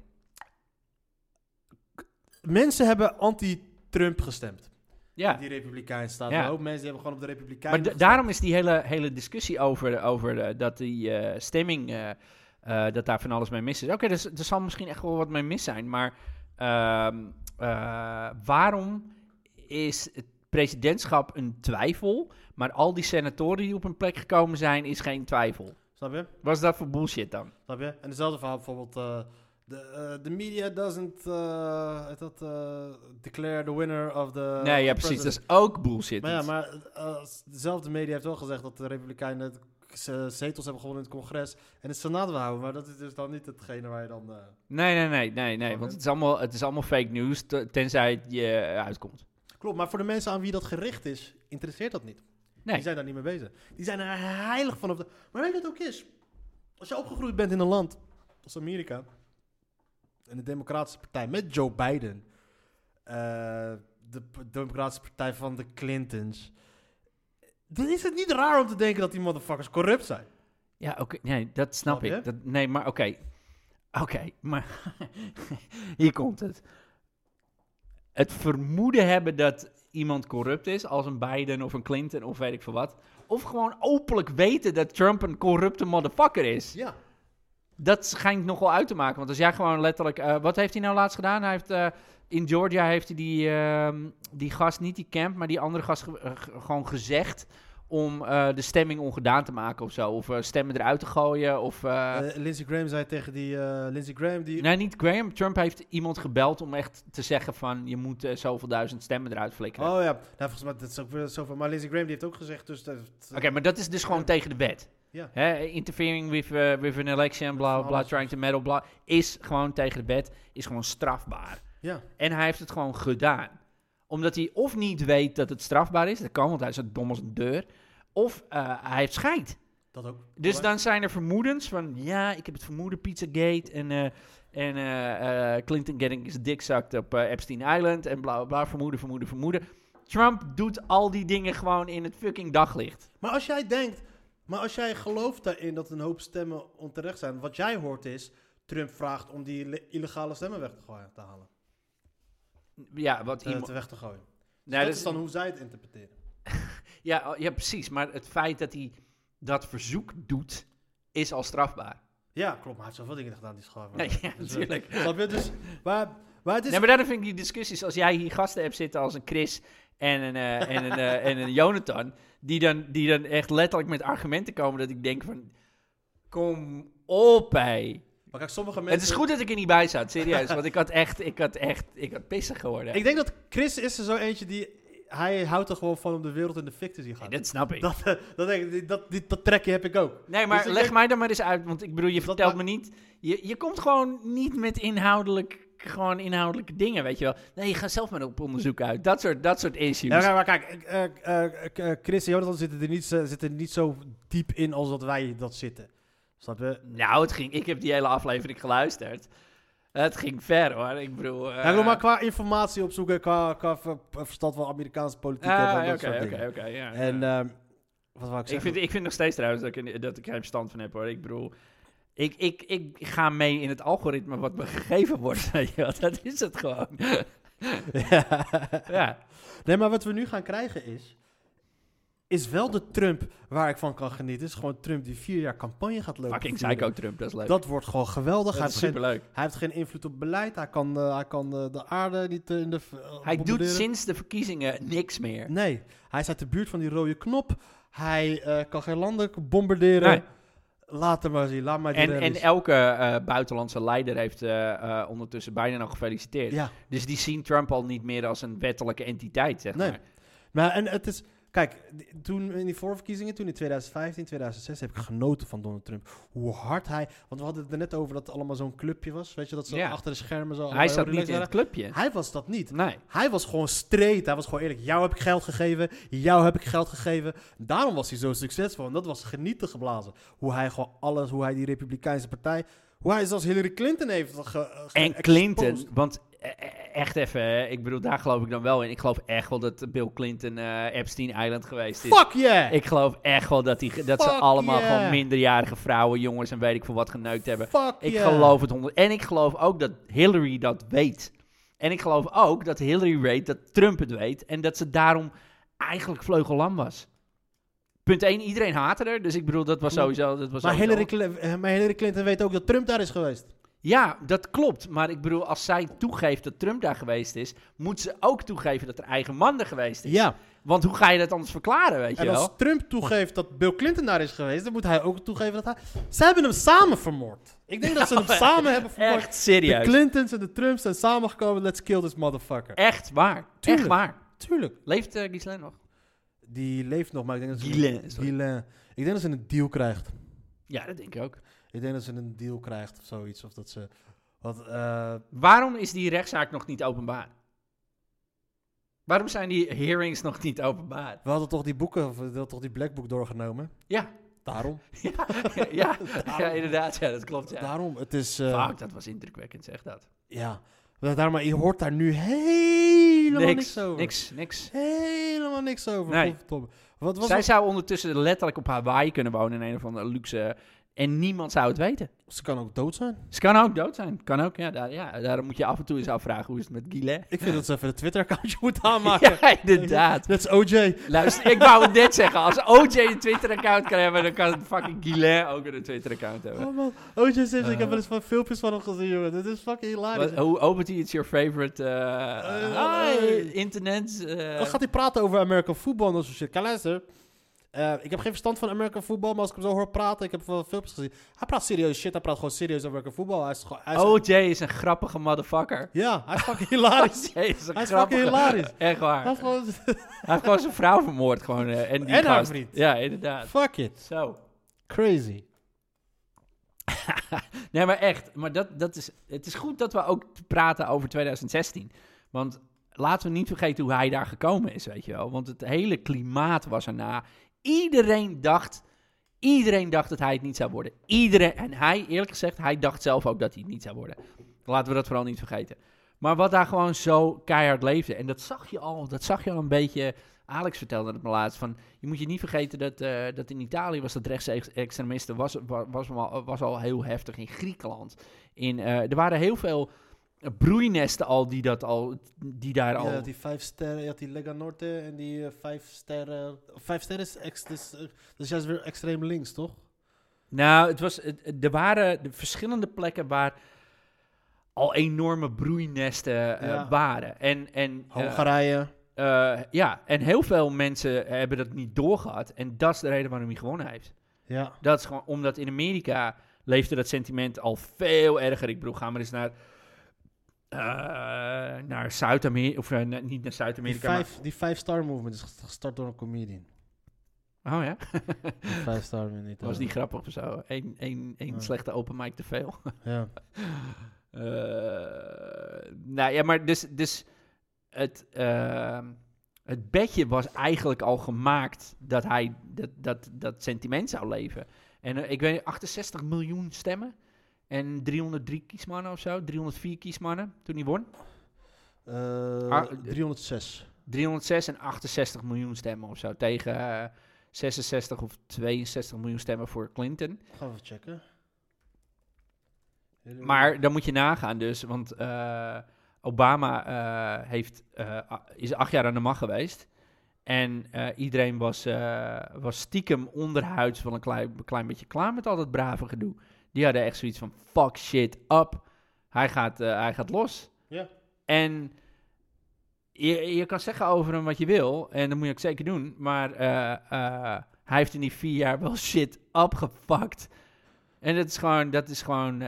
Mensen hebben anti-Trump gestemd. Ja. Die Republikein staat. Ja. Een hoop mensen die hebben gewoon op de Republikeinen Maar daarom is die hele discussie over dat die stemming, dat daar van alles mee mis is. Oké, dus er zal misschien echt wel wat mee mis zijn, maar waarom is het presidentschap een twijfel, maar al die senatoren die op een plek gekomen zijn, is geen twijfel? Snap je? Wat is dat voor bullshit dan? Snap je? En dezelfde verhaal bijvoorbeeld... The media doesn't declare the winner of the... Nee, ja, the precies. Dat president. is ook bullshit. Maar ja, maar dezelfde media heeft wel gezegd dat de Republikeinen zetels hebben gewonnen in het congres en het senaat wil houden. Maar dat is dus dan niet hetgene waar je dan... Nee. Want het is allemaal fake news, tenzij het je uitkomt. Klopt, maar voor de mensen aan wie dat gericht is, interesseert dat niet. Nee. Die zijn daar niet mee bezig. Die zijn er heilig van op de... Maar weet je wat het ook is? Als je opgegroeid bent in een land als Amerika en de Democratische Partij met Joe Biden, de Democratische Partij van de Clintons, dan is het niet raar om te denken dat die motherfuckers corrupt zijn. Ja, oké. Nee, dat snap Snap je? ik. Nee, maar oké. Oké, maar hier komt het. Het vermoeden hebben dat iemand corrupt is, als een Biden of een Clinton of weet ik veel wat. Of gewoon openlijk weten dat Trump een corrupte motherfucker is. Ja. Dat schijnt nog wel uit te maken. Want als jij gewoon letterlijk... wat heeft hij nou laatst gedaan? Hij heeft, in Georgia heeft hij die gast, niet die Camp, maar die andere gast gewoon gezegd om de stemming ongedaan te maken of zo. Of stemmen eruit te gooien. Of, Lindsey Graham zei tegen die... Lindsey Graham die... nee, niet Graham. Trump heeft iemand gebeld om echt te zeggen van... je moet zoveel duizend stemmen eruit flikkeren. Oh ja, nou, volgens mij dat is ook weer zoveel. Maar Lindsey Graham die heeft ook gezegd... Dus Oké, maar dat is dus gewoon tegen de wet. Ja. Interfering with an election, bla bla, trying to meddle, bla... is gewoon tegen de wet, is gewoon strafbaar. Ja. En hij heeft het gewoon gedaan. Omdat hij of niet weet dat het strafbaar is... dat kan, want hij is zo dom als een deur... Of hij heeft scheid. Dat ook. Dus dan zijn er vermoedens van... ja, ik heb het vermoeden, Pizzagate... en Clinton getting zijn dik zakt op Epstein Island... en bla bla bla, vermoeden. Trump doet al die dingen gewoon in het fucking daglicht. Maar als jij gelooft daarin dat een hoop stemmen onterecht zijn... wat jij hoort is... Trump vraagt om die illegale stemmen weg te halen. Ja, wat Weg te gooien. Nee, dat is dan hoe zij het interpreteren. Ja, precies. Maar het feit dat hij dat verzoek doet... is al strafbaar. Ja, klopt. Maar hij heeft zoveel dingen gedaan die strafbaar Nee, zijn. ja, natuurlijk. Snap je? Dus, maar het is... Nee, maar daarom vind ik die discussies... als jij hier gasten hebt zitten als een Chris en een Jonathan... die dan echt letterlijk met argumenten komen... dat ik denk van... kom op, hé. Maar kijk, sommige mensen... Het is goed dat ik er niet bij zat, serieus. Want ik had pissig geworden. Ik denk dat Chris is er zo eentje die... Hij houdt er gewoon van om de wereld in de fik te zien gaan. Nee, dat snap ik. Dat trekje heb ik ook. Nee, maar Dus leg mij dan maar eens uit. Want ik bedoel, je vertelt me niet... Je komt gewoon niet met inhoudelijke dingen, weet je wel. Nee, je gaat zelf maar op onderzoek uit. Dat soort issues. Ja, maar kijk, Chris en Jonathan zitten niet zo diep in als dat wij dat zitten. Snap je? Nou, ik heb die hele aflevering geluisterd. Het ging ver, hoor. Ik bedoel... Ja, ik wil maar qua informatie opzoeken, qua verstand van Amerikaanse politiek. Oké, ja. En wat wou ik zeggen? Ik vind nog steeds trouwens dat ik er geen verstand van heb, hoor. Ik bedoel... Ik ga mee in het algoritme wat me gegeven wordt. Weet je wel. Dat is het gewoon. Ja. Nee, maar wat we nu gaan krijgen is wel de Trump waar ik van kan genieten. Het is gewoon Trump die 4 jaar campagne gaat lopen. Fucking psycho Trump, dat is leuk. Dat wordt gewoon geweldig. Dat is superleuk. Hij heeft geen invloed op beleid. Hij kan de aarde niet in de... Hij doet sinds de verkiezingen niks meer. Nee, hij is uit de buurt van die rode knop. Hij kan geen landen bombarderen. Nee. Laat hem maar zien. Laat maar En elke buitenlandse leider heeft ondertussen bijna nog gefeliciteerd. Ja. Dus die zien Trump al niet meer als een wettelijke entiteit, zeg Nee. maar. Maar en het is... Kijk, toen in die voorverkiezingen, toen in 2015, 2006, heb ik genoten van Donald Trump. Hoe hard hij... Want we hadden het er net over dat het allemaal zo'n clubje was. Weet je, dat ze achter de schermen zo... Hij zat niet in het clubje. Hij was dat niet. Nee. Hij was gewoon straight. Hij was gewoon eerlijk. Jou heb ik geld gegeven. Jou heb ik geld gegeven. Daarom was hij zo succesvol. En dat was genieten geblazen. Hoe hij gewoon alles... Hoe hij die Republikeinse partij... Hoe hij zelfs Hillary Clinton heeft En Clinton, want echt even, ik bedoel, daar geloof ik dan wel in. Ik geloof echt wel dat Bill Clinton Epstein Island geweest is. Fuck yeah! Ik geloof echt wel dat ze allemaal gewoon minderjarige vrouwen, jongens en weet ik veel wat geneukt hebben. Ik geloof het 100. En ik geloof ook dat Hillary dat weet. En ik geloof ook dat Hillary weet dat Trump het weet. En dat ze daarom eigenlijk vleugellam was. Punt 1, iedereen haatte er. Dus ik bedoel, dat was sowieso... Maar Hillary Clinton weet ook dat Trump daar is geweest. Ja, dat klopt. Maar ik bedoel, als zij toegeeft dat Trump daar geweest is... moet ze ook toegeven dat haar eigen man er geweest is. Ja. Want hoe ga je dat anders verklaren, weet je wel? En als Trump toegeeft dat Bill Clinton daar is geweest... dan moet hij ook toegeven dat hij... Ze hebben hem samen vermoord. Ik denk dat ze hem samen hebben vermoord. Echt serieus. De Clintons en de Trumps zijn samengekomen. Let's kill this motherfucker. Echt waar. Tuurlijk. Echt waar. Tuurlijk. Leeft Ghislaine nog? Die leeft nog, maar ik denk dat ze... Ghislaine. Ik denk dat ze een deal krijgt. Ja, dat denk ik ook. Ik denk dat ze een deal krijgt of zoiets. Of dat ze... Waarom is die rechtszaak nog niet openbaar? Waarom zijn die hearings nog niet openbaar? We hadden toch die boeken, we hadden toch die Black Book doorgenomen? Ja. Daarom. Ja, inderdaad. Ja, dat klopt. Ja. Daarom. Het is... Fuck, dat was indrukwekkend, zeg dat. Ja. Maar je hoort daar nu helemaal niks over. Niks. Helemaal niks over. Nee. Zij zou ondertussen letterlijk op Hawaii kunnen wonen in een of andere luxe... En niemand zou het weten. Ze kan ook dood zijn. Ze kan ook dood zijn. Kan ook, ja. Daarom moet je af en toe eens afvragen hoe is het met Ghislaine. Ik vind dat ze even een Twitter-accountje moeten aanmaken. Ja, inderdaad. Dat is OJ. Luister, ik wou het net zeggen. Als OJ een Twitter-account kan hebben, dan kan fucking Ghislaine ook een Twitter-account hebben. Oh man, OJ Simpson, ik heb wel eens van filmpjes van hem gezien, jongen. Dit is fucking hilarisch. Hoe opent hij? It's your favorite internet. Dan gaat hij praten over American football en zo shit. Kijk, luister. Ik heb geen verstand van American football, maar als ik hem zo hoor praten, ik heb wel filmpjes gezien. Hij praat serieus shit, hij praat gewoon serieus over American football. OJ is een grappige motherfucker. Ja, hij is fucking hilarisch. OJ is een Hij is grappige- fucking hilarisch. Echt waar. Hij is gewoon... Hij heeft gewoon zijn vrouw vermoord. Gewoon, en die En haar gast. vriend. Ja, inderdaad. Fuck it. Zo. Crazy. Nee, maar echt. Maar het is goed dat we ook praten over 2016. Want laten we niet vergeten hoe hij daar gekomen is, weet je wel. Want het hele klimaat was erna. Iedereen dacht dat hij het niet zou worden. Iedereen. En hij, eerlijk gezegd, hij dacht zelf ook dat hij het niet zou worden. Laten we dat vooral niet vergeten. Maar wat daar gewoon zo keihard leefde. En dat zag je al een beetje. Alex vertelde het me laatst. Van, je moet je niet vergeten dat in Italië was dat rechtsextremisten was al heel heftig. In Griekenland. Er waren heel veel broeinesten al die daar al... Ja, die 5 sterren, je had die Lega Norte en die 5 sterren. 5 sterren is juist weer extreem links, toch? Nou, er waren de verschillende plekken waar al enorme broeinesten waren. En Hongarije. ja, en heel veel mensen hebben dat niet doorgehad. En dat is de reden waarom hij gewonnen heeft. Ja. Dat is gewoon omdat in Amerika leefde dat sentiment al veel erger. Ik bedoel, ga maar eens naar Zuid-Amerika, of niet naar Zuid-Amerika. Die 5-star movement is gestart door een comedian. Oh ja? Die 5-star movement. Was niet grappig of zo? Eén slechte open mic te veel. Ja. Nou ja, maar dus het bedje was eigenlijk al gemaakt dat hij dat sentiment zou leven. En ik weet niet, 68 miljoen stemmen en 303 kiesmannen of zo, 304 kiesmannen toen hij won. 306. 306 en 68 miljoen stemmen of zo tegen 66 of 62 miljoen stemmen voor Clinton. Gaan we even checken. Maar dan moet je nagaan dus, want Obama is 8 jaar aan de macht geweest. En iedereen was stiekem onderhuids wel een klein beetje klaar met al dat brave gedoe. Die hadden echt zoiets van, fuck shit up. Hij gaat los. Ja. En je kan zeggen over hem wat je wil. En dat moet je ook zeker doen. Maar hij heeft in die 4 jaar wel shit upgepakt. En dat is gewoon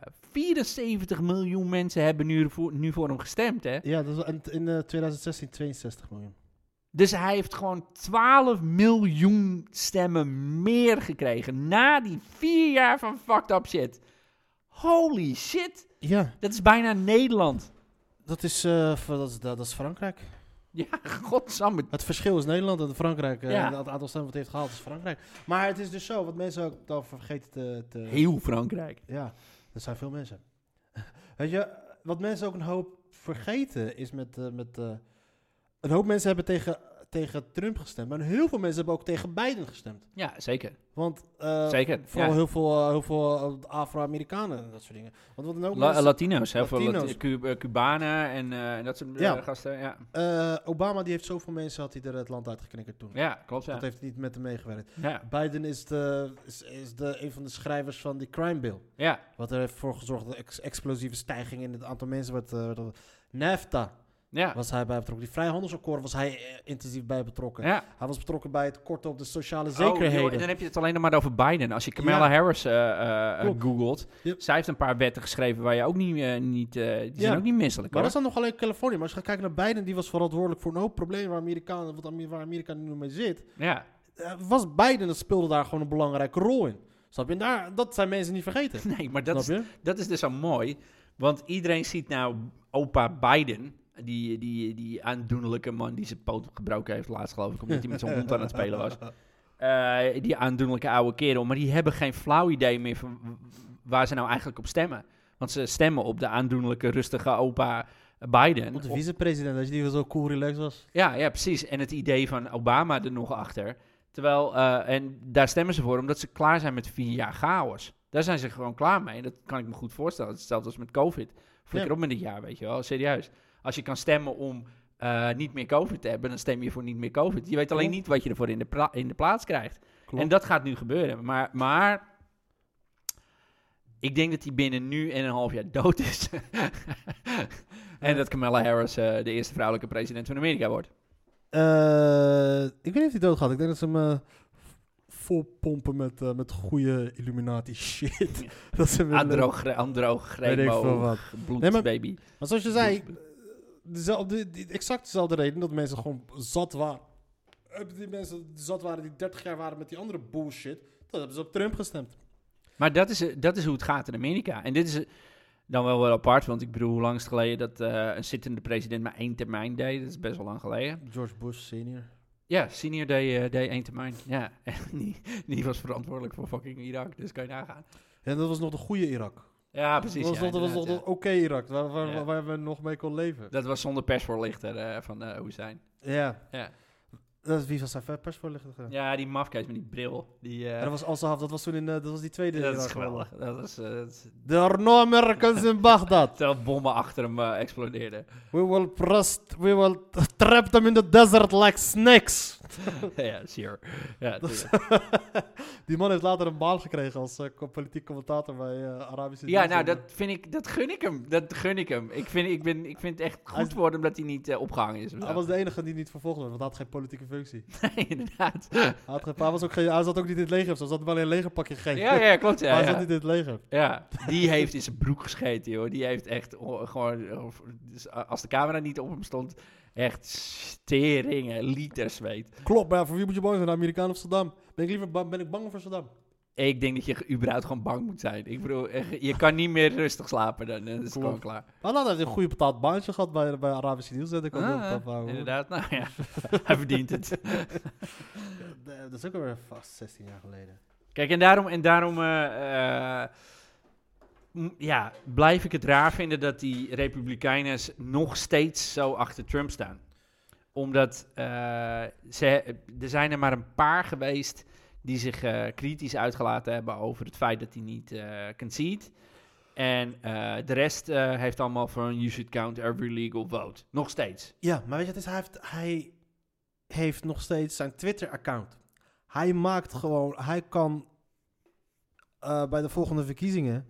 74 miljoen mensen hebben nu voor hem gestemd, hè? Ja, dat was in 2016 62 miljoen. Dus hij heeft gewoon 12 miljoen stemmen meer gekregen na die 4 jaar van fucked up shit. Holy shit. Ja. Dat is bijna Nederland. Dat is Frankrijk. Ja, godsamme. Het verschil is Nederland en Frankrijk. Ja. Het aantal stemmen wat heeft gehaald is Frankrijk. Maar het is dus zo, wat mensen ook dan vergeten te... Heel Frankrijk. Ja, er zijn veel mensen. Weet je, wat mensen ook een hoop vergeten is een hoop mensen hebben tegen Trump gestemd, maar heel veel mensen hebben ook tegen Biden gestemd. Ja, zeker. Want Zeker, vooral ja. heel veel Afro-Amerikanen en dat soort dingen. Want wat een hoop Latino's, heel veel Latino's. Cubanen en dat soort gasten, ja. Obama die heeft zoveel mensen had hij er het land uitgeknikkerd toen. Ja, klopt, ja. Dat heeft niet met hem meegewerkt. Ja, Biden is een van de schrijvers van die crime bill. ja. Wat er heeft voor gezorgd dat explosieve stijging in het aantal mensen NAFTA Ja. was hij bij betrokken. Die vrijhandelsakkoord was hij intensief bij betrokken. Ja. Hij was betrokken bij het korten op de sociale Oh, zekerheden. joh, en dan heb je het alleen nog maar over Biden. Als je Kamala Harris Klopt. googelt, Yep. zij heeft een paar wetten geschreven waar je ook niet die zijn ook niet misselijk, Maar hoor. dat is dan nog alleen Californië. Maar als je gaat kijken naar Biden, die was verantwoordelijk voor een hoop problemen waar Amerika nu mee zit. Ja. Was Biden, dat speelde daar gewoon een belangrijke rol in. Snap je? En dat zijn mensen niet vergeten. Nee, maar Snap je? dat is dus zo mooi. Want iedereen ziet nou opa Biden, die aandoenlijke man die zijn poot gebroken heeft laatst, geloof ik, omdat hij met zijn hond aan het spelen was. Die aandoenlijke oude kerel. Maar die hebben geen flauw idee meer van waar ze nou eigenlijk op stemmen. Want ze stemmen op de aandoenlijke, rustige opa Biden. Want de vicepresident, als die zo cool relaxed was. Ja, precies. En het idee van Obama er nog achter. Terwijl, en daar stemmen ze voor omdat ze klaar zijn met 4 jaar chaos. Daar zijn ze gewoon klaar mee. Dat kan ik me goed voorstellen. Het is hetzelfde als met COVID. Flikker op met dit jaar, weet je wel. Serieus. Als je kan stemmen om niet meer COVID te hebben, dan stem je voor niet meer COVID. Je weet alleen niet wat je ervoor in de plaats krijgt. Klopt. En dat gaat nu gebeuren. Maar ik denk dat hij binnen nu en een half jaar dood is. En dat Kamala Harris de eerste vrouwelijke president van Amerika wordt. Ik weet niet of hij dood gaat. Ik denk dat ze hem vol pompen met goede Illuminati shit. Dat ze willen... Androgreemo, bloedbaby. Maar zoals je zei, exact dezelfde reden dat mensen gewoon zat waren. Die mensen zat waren die 30 jaar waren met die andere bullshit, dat hebben ze op Trump gestemd. Maar dat is hoe het gaat in Amerika. En dit is dan wel apart, want ik bedoel, hoe lang is het geleden dat een zittende president maar 1 termijn deed? Dat is best wel lang geleden. George Bush senior. Ja, senior deed 1 termijn. Ja, en die was verantwoordelijk voor fucking Irak, dus kan je nagaan. En dat was nog de goede Irak. Ja, precies. Dat was nog de oké Irak, waar we nog mee kon leven. Dat was zonder persvoorlichter van Hussein. Ja. Wie was zijn persvoorlichter? Ja, die mafkees met die bril. Dat was Al-Sahaf, dat was toen dat was die tweede dat Irak. is geweldig. There are no Americans in Baghdad. Terwijl bommen achter hem explodeerden. We will trap them in the desert like snakes. Ja, sure. Ja, die man heeft later een baan gekregen als politiek commentator bij Arabische Ja, nou, dat gun ik hem. Ik vind het echt goed voor hem dat hij niet opgehangen is. Hij was de enige die niet vervolgd werd, want hij had geen politieke functie. Nee, inderdaad. Hij zat ook niet in het leger, zo zat wel in een legerpakje gegeven. Ja, klopt. Ja, hij zat niet in het leger. Ja, die heeft in zijn broek gescheten, joh. Die heeft echt gewoon, als de camera niet op hem stond, echt steringen, liter zweet. Klopt, maar voor wie moet je bang zijn? Amerikaan of Saddam? Ben ik bang voor Saddam? Ik denk dat je überhaupt gewoon bang moet zijn. Ik bedoel, je kan niet meer rustig slapen, dan is het gewoon klaar. Maar dan heeft hij een goede betaald baantje gehad bij Arabische Nieuws. Inderdaad, nou ja, hij verdient het. Dat is ook alweer vast 16 jaar geleden. Kijk, en daarom blijf ik het raar vinden dat die Republikeinen nog steeds zo achter Trump staan. Omdat er zijn er maar een paar geweest die zich kritisch uitgelaten hebben over het feit dat hij niet concede. En de rest heeft allemaal van you should count every legal vote. Nog steeds. Ja, maar weet je, hij heeft nog steeds zijn Twitter-account. Hij maakt gewoon, hij kan bij de volgende verkiezingen,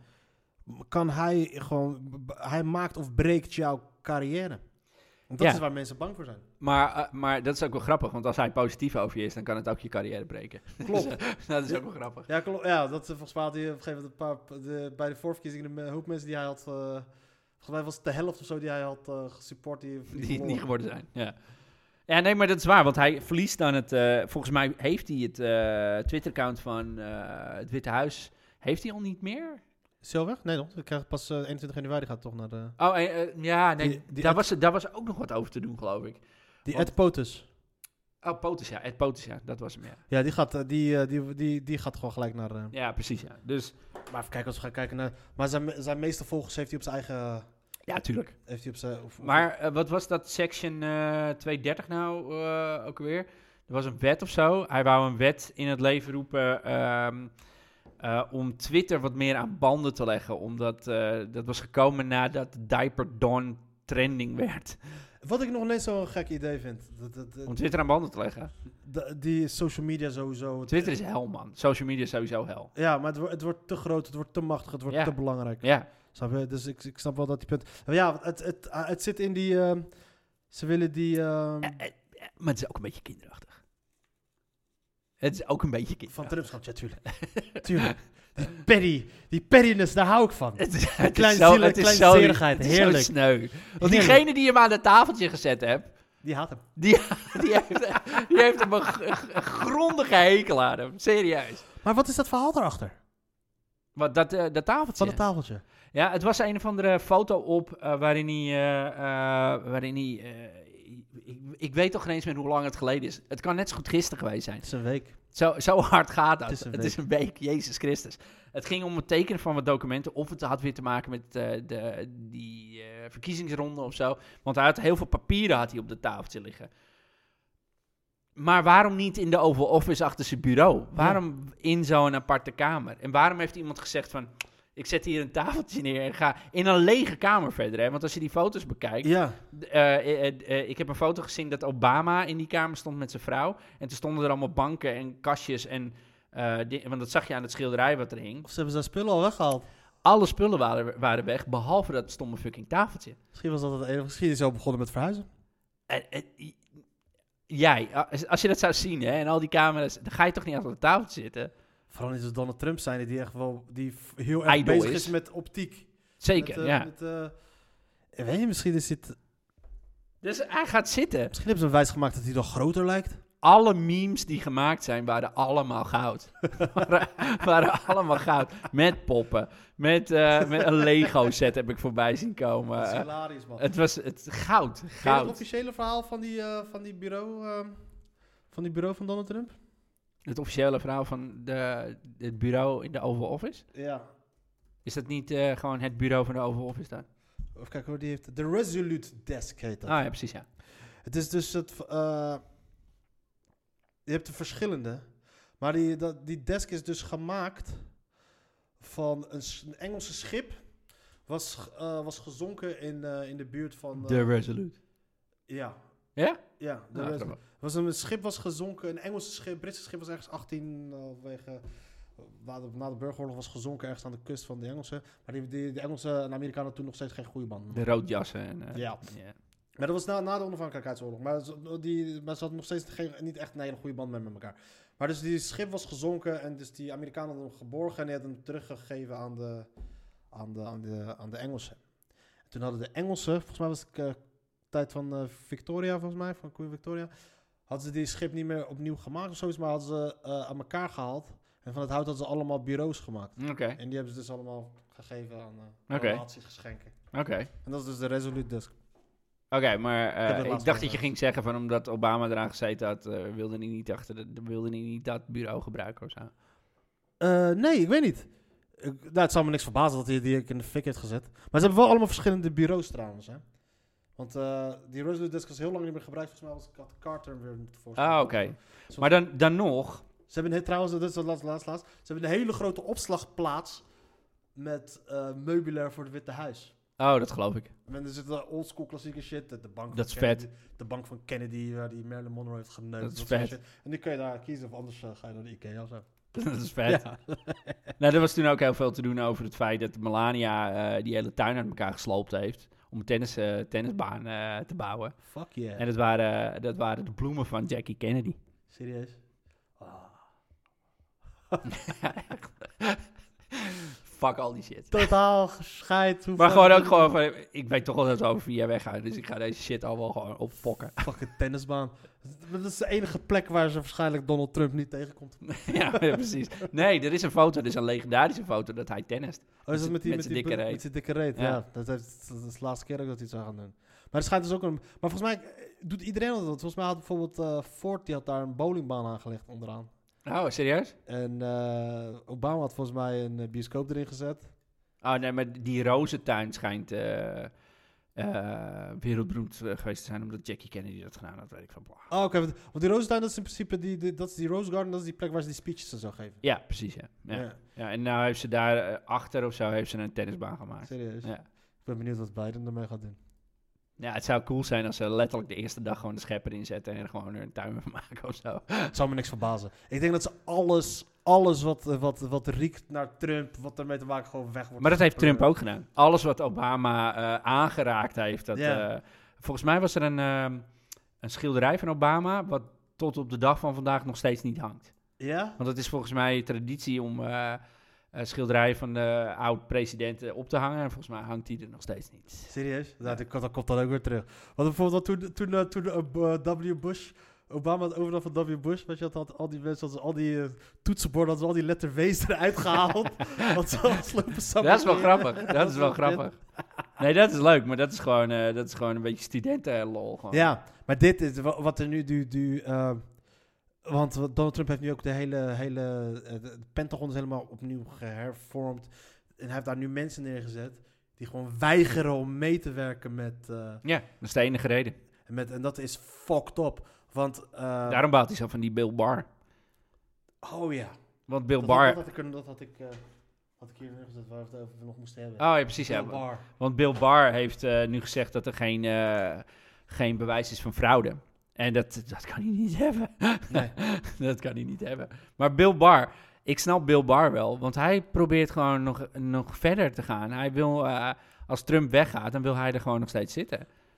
hij maakt of breekt jouw carrière. Want dat is waar mensen bang voor zijn. Maar dat is ook wel grappig, want als hij positief over je is, dan kan het ook je carrière breken. Klopt. Dat is ook wel grappig. Ja, klopt. Ja, dat volgens mij had hij op een gegeven moment bij de voorverkiezingen een hoop mensen die hij had, volgens mij was het de helft of zo die hij had gesupport. Die het niet geworden zijn, ja. Ja, nee, maar dat is waar, want hij verliest dan het, volgens mij heeft hij het Twitter-account van het Witte Huis, heeft hij al niet meer? Is hij al weg? Nee, nog. Ik krijg pas 21 januari gaat toch naar de... ja, nee, daar was ook nog wat over te doen, geloof ik. Ed POTUS. Oh, POTUS, ja. Ed POTUS, ja. Dat was hem, ja. Ja, die gaat gewoon gelijk naar... Ja, precies, ja. Dus... Maar even kijken, als we gaan kijken naar... Maar zijn meeste volgers heeft hij op zijn eigen... Ja, tuurlijk. Heeft hij op zijn... Maar wat was dat section 230 nou ook weer? Er was een wet of zo. Hij wou een wet in het leven roepen... om Twitter wat meer aan banden te leggen. Omdat dat was gekomen nadat Diaper Dawn trending werd. Wat ik nog net zo'n gek idee vind. Om Twitter aan banden te leggen? Die social media sowieso. Twitter is hel, man. Social media is sowieso hel. Ja, maar het wordt te groot, het wordt te machtig, het wordt te belangrijk. Ja. Snap je? Dus ik snap wel dat die punt... Ja, het zit in die... ze willen die... Maar het is ook een beetje kinderachtig. Het is ook een beetje kinderachtig. Van Trumpschap, ja, tuurlijk. Die pettiness, daar hou ik van. Het is kleinzerigheid, heerlijk. Zo sneu. Want diegene die hem aan het tafeltje gezet heeft... Die haat hem. Die heeft hem een grondige hekel aan hem. Serieus. Maar wat is dat verhaal daarachter? Wat, dat tafeltje? Van het tafeltje. Ja, het was een of andere foto op waarin hij... Ik weet toch geen eens meer hoe lang het geleden is. Het kan net zo goed gisteren geweest zijn. Het is een week. Zo hard gaat dat. Het is een week, Jezus Christus. Het ging om het tekenen van wat documenten. Of het had weer te maken met die verkiezingsronde of zo. Want hij had heel veel papieren op de tafeltje liggen. Maar waarom niet in de Oval Office achter zijn bureau? Waarom in zo'n aparte kamer? En waarom heeft iemand gezegd van... Ik zet hier een tafeltje neer en ga in een lege kamer verder. Hè? Want als je die foto's bekijkt... Ja. Ik heb een foto gezien dat Obama in die kamer stond met zijn vrouw. En toen stonden er allemaal banken en kastjes. En, want dat zag je aan het schilderij wat er hing. Of ze hebben zijn spullen al weggehaald. Alle spullen waren weg, behalve dat stomme fucking tafeltje. Misschien was dat het enige. Misschien is hij al begonnen met verhuizen. jij, als je dat zou zien, hè, en al die camera's, dan ga je toch niet achter de tafel zitten? Vooral niet als Donald Trump zijn, die echt wel heel erg Idol bezig is. is met optiek. Zeker, ja. Weet je, misschien is dit... Dus hij gaat zitten. Misschien hebben ze hem wijsgemaakt dat hij nog groter lijkt. Alle memes die gemaakt zijn, waren allemaal goud. waren allemaal goud. Met poppen. Met een Lego set heb ik voorbij zien komen. Dat is hilarisch, man. Het was goud. Ken je het Goud. officiële verhaal van die bureau van Donald Trump? Het officiële verhaal van het bureau in de Oval Office? Ja. Is dat niet gewoon het bureau van de Oval Office daar? Even kijken hoor, die heeft... De Resolute Desk heet dat. Ah ja, precies, ja. Het is dus je hebt de verschillende. Maar die desk is dus gemaakt van een Engelse schip. Was gezonken in de buurt van... De Resolute. Ja. Ja? Ja, de Nou, Resolute. Een schip was gezonken, een Engelse schip, Britse schip was ergens 18... na de burgeroorlog was gezonken ergens aan de kust van de Engelsen. Maar die Engelsen en Amerikanen hadden toen nog steeds geen goede banden. De roodjassen. En, Ja. Maar dat was na de onafhankelijkheidsoorlog. Maar ze hadden nog steeds niet echt een hele goede band met elkaar. Maar dus die schip was gezonken en dus die Amerikanen hadden hem geborgen en die hadden hem teruggegeven aan de Engelsen. En toen hadden de Engelsen, volgens mij was het tijd van Victoria, van Queen Victoria, hadden ze die schip niet meer opnieuw gemaakt of zoiets, maar hadden ze aan elkaar gehaald. En van het hout hadden ze allemaal bureaus gemaakt. Oké. En die hebben ze dus allemaal gegeven aan relatiegeschenken. Oké. En dat is dus de Resolute Desk. Oké, maar heb het ik laatst dacht dat je gezegd. ging zeggen van omdat Obama eraan gezeten had, wilde hij niet dat bureau gebruiken of zo. Nee, ik weet niet. Het zal me niks verbazen dat hij die in de fik heeft gezet. Maar ze hebben wel allemaal verschillende bureaus trouwens, hè. Want die Resolute Desk was heel lang niet meer gebruikt. Volgens mij was Carter weer moeten voorstellen. Ah, oké. Maar dan nog... Ze hebben trouwens, dat is het laatst. Ze hebben een hele grote opslagplaats met meubilair voor het Witte Huis. Oh, dat geloof ik. En er zit oldschool klassieke shit. De bank Dat van is Kennedy, vet. De bank van Kennedy, waar die Marilyn Monroe heeft geneukt. Dat is soort vet. shit. En die kun je daar kiezen of anders ga je naar de Ikea of zo. Dat is vet. Ja. Nou, er was toen ook heel veel te doen over het feit dat Melania die hele tuin uit elkaar gesloopt heeft. Om een tennisbaan te bouwen. Fuck yeah. En dat waren de bloemen van Jackie Kennedy. Serieus? Fuck al die shit. Totaal gescheid. Maar gewoon ook gewoon van, ik weet toch wel dat we over 4 jaar weggaan. Dus ik ga deze shit al wel gewoon opfokken. Fucking tennisbaan. Dat is de enige plek waar ze waarschijnlijk Donald Trump niet tegenkomt. ja, precies. Nee, er is een foto. Er is een legendarische foto dat hij tennist. Oh, is dat met zijn dikke reet. Met die dikke reet, Ja. ja. Dat is de laatste keer ook dat hij het zou gaan doen. Maar er schijnt dus ook een... Maar volgens mij doet iedereen dat. Volgens mij had bijvoorbeeld Ford, die had daar een bowlingbaan aangelegd onderaan. Oh, serieus? En Obama had volgens mij een bioscoop erin gezet. Oh nee, maar die rozentuin schijnt wereldberoemd geweest te zijn omdat Jackie Kennedy dat gedaan had, weet ik van. Oh, oké. Want die rozentuin, dat is in principe dat is die Rose Garden, dat is die plek waar ze die speeches en zo geven. Ja, precies, ja. Ja, en nou heeft ze daar achter of zo heeft ze een tennisbaan gemaakt. Serieus. Ja. Ik ben benieuwd wat Biden ermee gaat doen. Ja, het zou cool zijn als ze letterlijk de eerste dag gewoon de schepper inzetten en er gewoon een tuin van maken of zo. Het zou me niks verbazen. Ik denk dat ze alles wat riekt naar Trump, wat ermee te maken, gewoon weg wordt. Maar dat heeft Trump ook gedaan. Alles wat Obama aangeraakt heeft. Volgens mij was er een schilderij van Obama wat tot op de dag van vandaag nog steeds niet hangt. Ja? Want het is volgens mij traditie om schilderijen van de oud-presidenten op te hangen. En volgens mij hangt die er nog steeds niet. Serieus? Ja. Dat komt dan ook weer terug. Want bijvoorbeeld toen W. Bush... Obama had overnam van W. Bush, weet je, had al die mensen, al die toetsenborden, hadden ze al die letter W's eruit gehaald. Want ze dat is wel grappig. Dat is wel grappig. Nee, dat is leuk, maar dat is gewoon een beetje studentenlol. Gewoon. Ja, maar dit is wat er nu... want Donald Trump heeft nu ook de hele Pentagon is helemaal opnieuw gehervormd. En hij heeft daar nu mensen neergezet die gewoon weigeren om mee te werken met... Ja, dat is de enige reden. En dat is fucked up. Want, daarom bouwt hij zo van die Bill Barr. Oh ja. Want Bill Barr... Dat had ik hier neergezet waar we het over nog moesten hebben. Oh ja, precies. Bill Barr. Want Bill Barr heeft nu gezegd dat er geen bewijs is van fraude. En dat kan hij niet hebben. Nee. Dat kan hij niet hebben. Maar Bill Barr, ik snap Bill Barr wel. Want hij probeert gewoon nog verder te gaan. Hij wil, als Trump weggaat, dan wil hij er gewoon nog steeds zitten.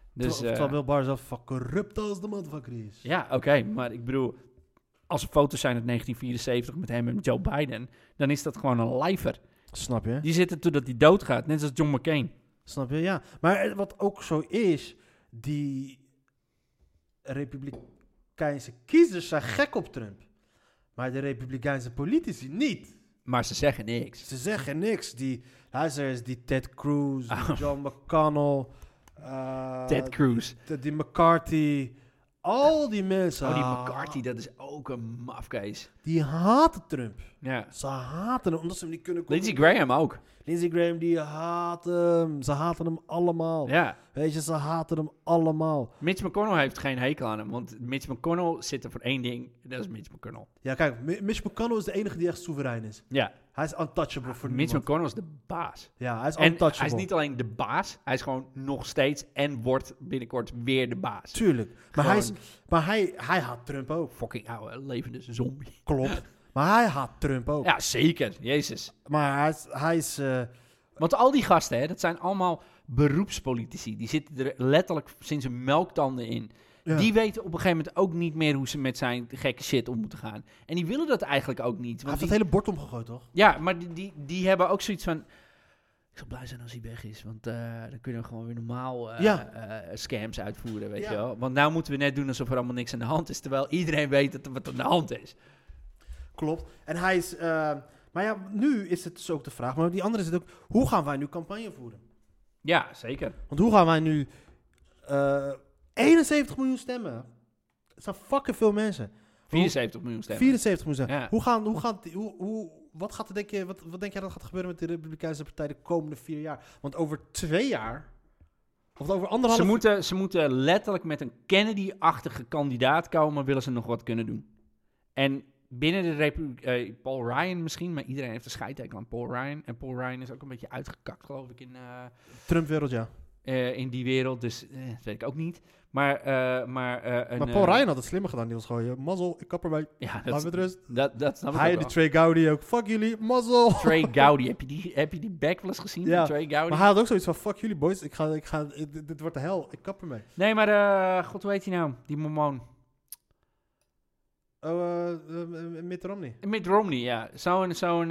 Dus, Terwijl Bill Barr zelf van corrupt als de motherfucker is. ja, oké, maar ik bedoel, als er foto's zijn uit 1974 met hem en Joe Biden, dan is dat gewoon een lijfer. Snap je? Die zit er totdat hij doodgaat, net als John McCain. Snap je? Ja. Maar wat ook zo is, die Republikeinse kiezers zijn gek op Trump. Maar de Republikeinse politici niet. Maar ze zeggen niks. Ze zeggen niks. Luister eens, die Ted Cruz, die John McConnell, Ted Cruz. die McCarthy, al die mensen. Oh, die McCarthy, dat is ook een mafkees. Die haten Trump. Ja. Ze haten hem, omdat ze hem niet kunnen... Lindsey Graham ook. Lindsey Graham, die haat hem. Ze haten hem allemaal. Ja. Weet je, ze haten hem allemaal. Mitch McConnell heeft geen hekel aan hem, want Mitch McConnell zit er voor één ding, dat is Mitch McConnell. Ja, kijk, Mitch McConnell is de enige die echt soeverein is. Ja. Hij is untouchable voor Mitch niemand. McConnell is de baas. Ja, hij is En untouchable. hij is niet alleen de baas, hij is gewoon nog steeds en wordt binnenkort weer de baas. Tuurlijk. Maar hij haat Trump ook. Fucking oude, levende zombie. Klopt. Maar hij haat Trump ook. Ja, zeker. Jezus. Maar hij is Want al die gasten, hè, dat zijn allemaal beroepspolitici. Die zitten er letterlijk sinds hun melktanden in. ja. Die weten op een gegeven moment ook niet meer hoe ze met zijn gekke shit om moeten gaan. En die willen dat eigenlijk ook niet. Hij Want heeft het hele bord omgegooid, toch? ja, maar die hebben ook zoiets van... Ik zal blij zijn als hij weg is, want dan kunnen we gewoon weer normaal scams uitvoeren, weet Ja. je wel. Want nou moeten we net doen alsof er allemaal niks aan de hand is, terwijl iedereen weet dat er wat aan de hand is. Klopt. En hij is... maar ja, nu is het dus ook de vraag. Maar die andere is het ook... Hoe gaan wij nu campagne voeren? Ja, zeker. Want hoe gaan wij nu... 71 miljoen stemmen. Dat zijn fucking veel mensen. 74 miljoen stemmen. 74 miljoen stemmen. Ja. Wat gaat er, wat denk jij dat gaat gebeuren met de Republikeinse Partij de komende 4 jaar? Want over 2 jaar... Of over anderhalf... Ze moeten letterlijk met een Kennedy-achtige kandidaat komen, willen ze nog wat kunnen doen. En binnen de Republiek... Paul Ryan misschien, maar iedereen heeft een scheidtekel aan Paul Ryan. En Paul Ryan is ook een beetje uitgekakt, geloof ik, Trump-wereld, ja. in die wereld. Dus dat weet ik ook niet. Maar Paul Ryan had het slimmer gedaan. Die was gewoon, mazzel, ik kap erbij. Ja, Laat met rust. dat snap ik Hij ook en die wel. Trey Gowdy ook. Fuck jullie, mazzel. Trey Gowdy, heb je die back wel eens gezien Ja, van Trey Gowdy? Maar hij had ook zoiets van, fuck jullie boys. Dit wordt de hel. Ik kap ermee. Nee, maar god, hoe heet hij nou? Die mormoon. Mitt Romney. Mitt Romney, ja. Zo'n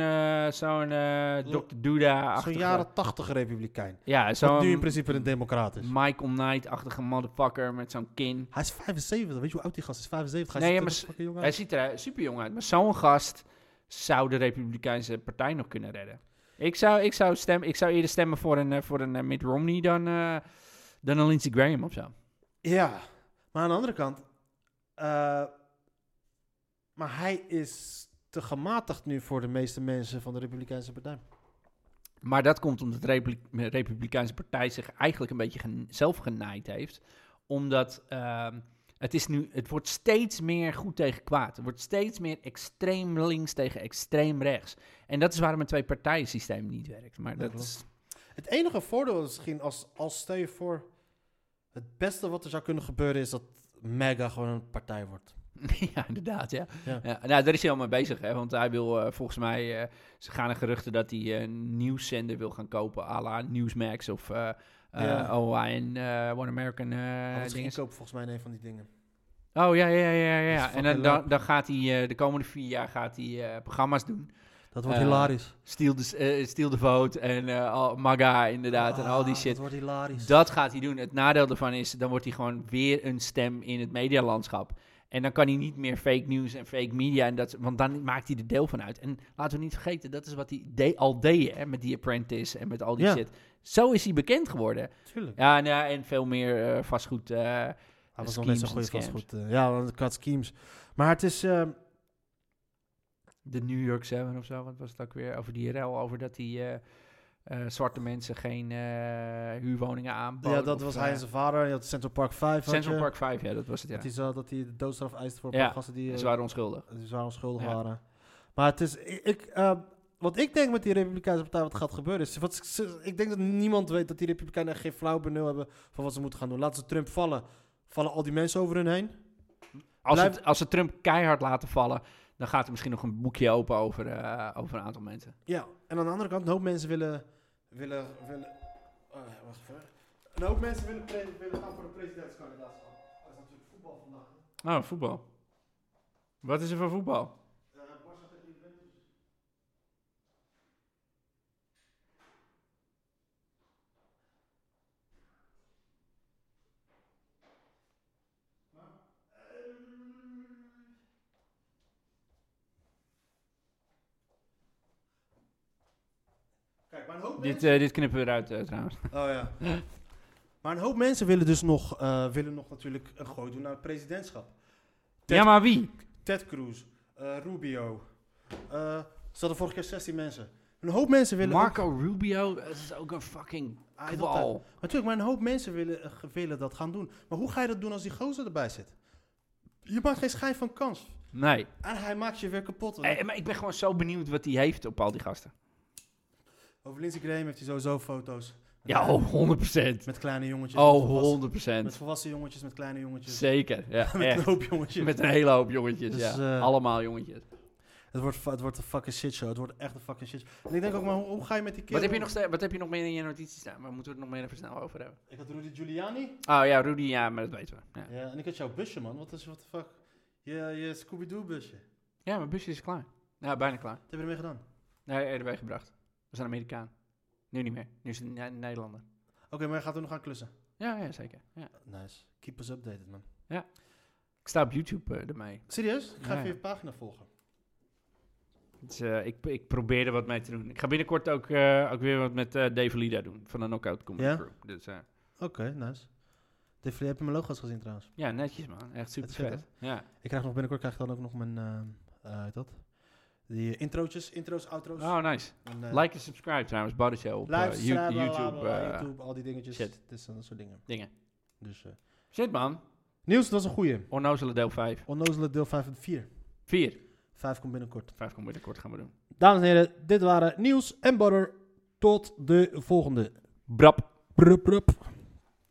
Dr. Duda-achtige... Zo'n jaren 80 republikein. Ja, Wat zo'n nu in principe een democraat is. Michael Knight-achtige motherfucker met zo'n kin. Hij is 75. Weet je hoe oud die gast is? 75. Nee, Hij maar ziet er fucking jong uit. Hij ziet er super jong uit. Maar zo'n gast zou de Republikeinse Partij nog kunnen redden. Ik zou eerder stemmen voor een Mitt Romney dan een Lindsey Graham of zo. Ja, maar aan de andere kant... maar hij is te gematigd nu voor de meeste mensen van de Republikeinse Partij. Maar dat komt omdat de Republikeinse Partij zich eigenlijk een beetje zelf genaaid heeft. Omdat het wordt steeds meer goed tegen kwaad. Het wordt steeds meer extreem links tegen extreem rechts. En dat is waarom een twee-partijen-systeem niet werkt. Maar Ja, dat is... Het enige voordeel is misschien als stel je voor... Het beste wat er zou kunnen gebeuren is dat MAGA gewoon een partij wordt. Ja, inderdaad, ja. Ja. Nou, daar is hij al mee bezig, hè. Want hij wil volgens mij... ze gaan er geruchten dat hij een nieuwszender wil gaan kopen... à la Newsmax of OAN, One American Misschien dingen. koop volgens mij een van die dingen. Oh, ja. is En fucking dan gaat hij... de komende 4 jaar gaat hij programma's doen. Dat wordt hilarisch. Steal the Vote en MAGA inderdaad en al die shit. Dat wordt hilarisch. Dat gaat hij doen. Het nadeel daarvan is, dan wordt hij gewoon weer een stem in het medialandschap. En dan kan hij niet meer fake news en fake media, want dan maakt hij er deel van uit. En laten we niet vergeten, dat is wat hij al deed, hè, met die Apprentice en met al die shit. Zo is hij bekend geworden. Tuurlijk. Ja, en veel meer vastgoed. Hij was nog schemes net zo en goed scams. vastgoed. Ja, qua schemes. Maar het is... De New York 7 of zo, wat was het ook weer? Over die rel, over dat die zwarte mensen geen huurwoningen aanboden. ja, dat was hij en zijn vader. Je had Central Park 5. Central Park 5, ja, dat was het, ja. Dat hij de doodstraf eiste voor een Ja, paar gasten die... Ze waren onschuldig. die zwaar onschuldig Ja. waren. Maar het is... wat ik denk met die Republikeinse Partij wat gaat gebeuren is... ik denk dat niemand weet dat die Republikeinen echt geen flauw benul hebben van wat ze moeten gaan doen. Laten ze Trump vallen. Vallen al die mensen over hun heen? Als ze Trump keihard laten vallen, dan gaat er misschien nog een boekje open over een aantal mensen. Ja, en aan de andere kant, een hoop mensen willen wacht even. Een hoop mensen willen gaan voor de presidentskandidaatschap. Dat is natuurlijk voetbal vandaag. Oh, voetbal. Wat is er voor voetbal? Barca tegen Juventus. Kijk, maar een hoop mensen... Dit knippen we eruit trouwens. Oh ja. Maar een hoop mensen willen dus nog natuurlijk een gooi doen naar het presidentschap. Ja, maar wie? Ted Cruz, Rubio. Ze hadden vorige keer 16 mensen. Een hoop mensen willen... Marco Rubio, dat is ook een fucking kwal. Natuurlijk, maar een hoop mensen willen dat gaan doen. Maar hoe ga je dat doen als die gozer erbij zit? Je maakt geen schijn van kans. Nee. En hij maakt je weer kapot. Maar ik ben gewoon zo benieuwd wat hij heeft op al die gasten. Over Lindsey Graham heeft hij sowieso foto's. Ja, 100%. Met kleine jongetjes. Oh, 100%. Met volwassen jongetjes, met kleine jongetjes. Zeker, ja. Met echt. een hoop jongetjes. Met een hele hoop jongetjes, Dus, ja. Allemaal jongetjes. Het wordt een fucking shitshow. Het wordt echt een fucking shitshow. En ik denk ook maar, hoe ga je met die Wat kerel... heb je nog meer in je notities staan? Waar moeten we het nog meer even snel over hebben? Ik had Rudy Giuliani. Oh ja, Rudy, ja, maar dat weten we. Ja, Ja, en ik had jouw busje, man. What the fuck? Je Scooby-Doo busje. ja, mijn busje is klaar. Ja, bijna klaar. Wat heb je ermee gedaan? Nee, erbij gebracht. We zijn Amerikaan. Nu niet meer. Nu is het een Nederlander. Oké, maar je gaat er nog aan klussen. Ja, zeker. Ja. Nice. Keep us updated, man. Ik sta op YouTube ermee. Serieus? Ik ga Ja, even ja. je pagina volgen. Dus, ik probeer er wat mee te doen. Ik ga binnenkort ook weer wat met Dave Lida doen. Van de Knockout Comedy Ja? Crew. Dus Oké, nice. Heb je mijn logo's gezien trouwens? ja, netjes man. Echt super Dat is vet, vet. Ja. Ik krijg dan ook nog mijn... Die intro's, outro's. Oh, nice. En, Like en subscribe trouwens. Body Show op live, YouTube. YouTube, al die dingetjes. shit. Dat soort dingen. Dingen. Dus, Shit man. nieuws, dat is een goeie. Onnozele deel 5. Onnozele deel 5 en 4. 4. 5 komt binnenkort. 5 komt binnenkort gaan we doen. Dames en heren, dit waren Nieuws en Butter. Tot de volgende. Brap. Brup, brup.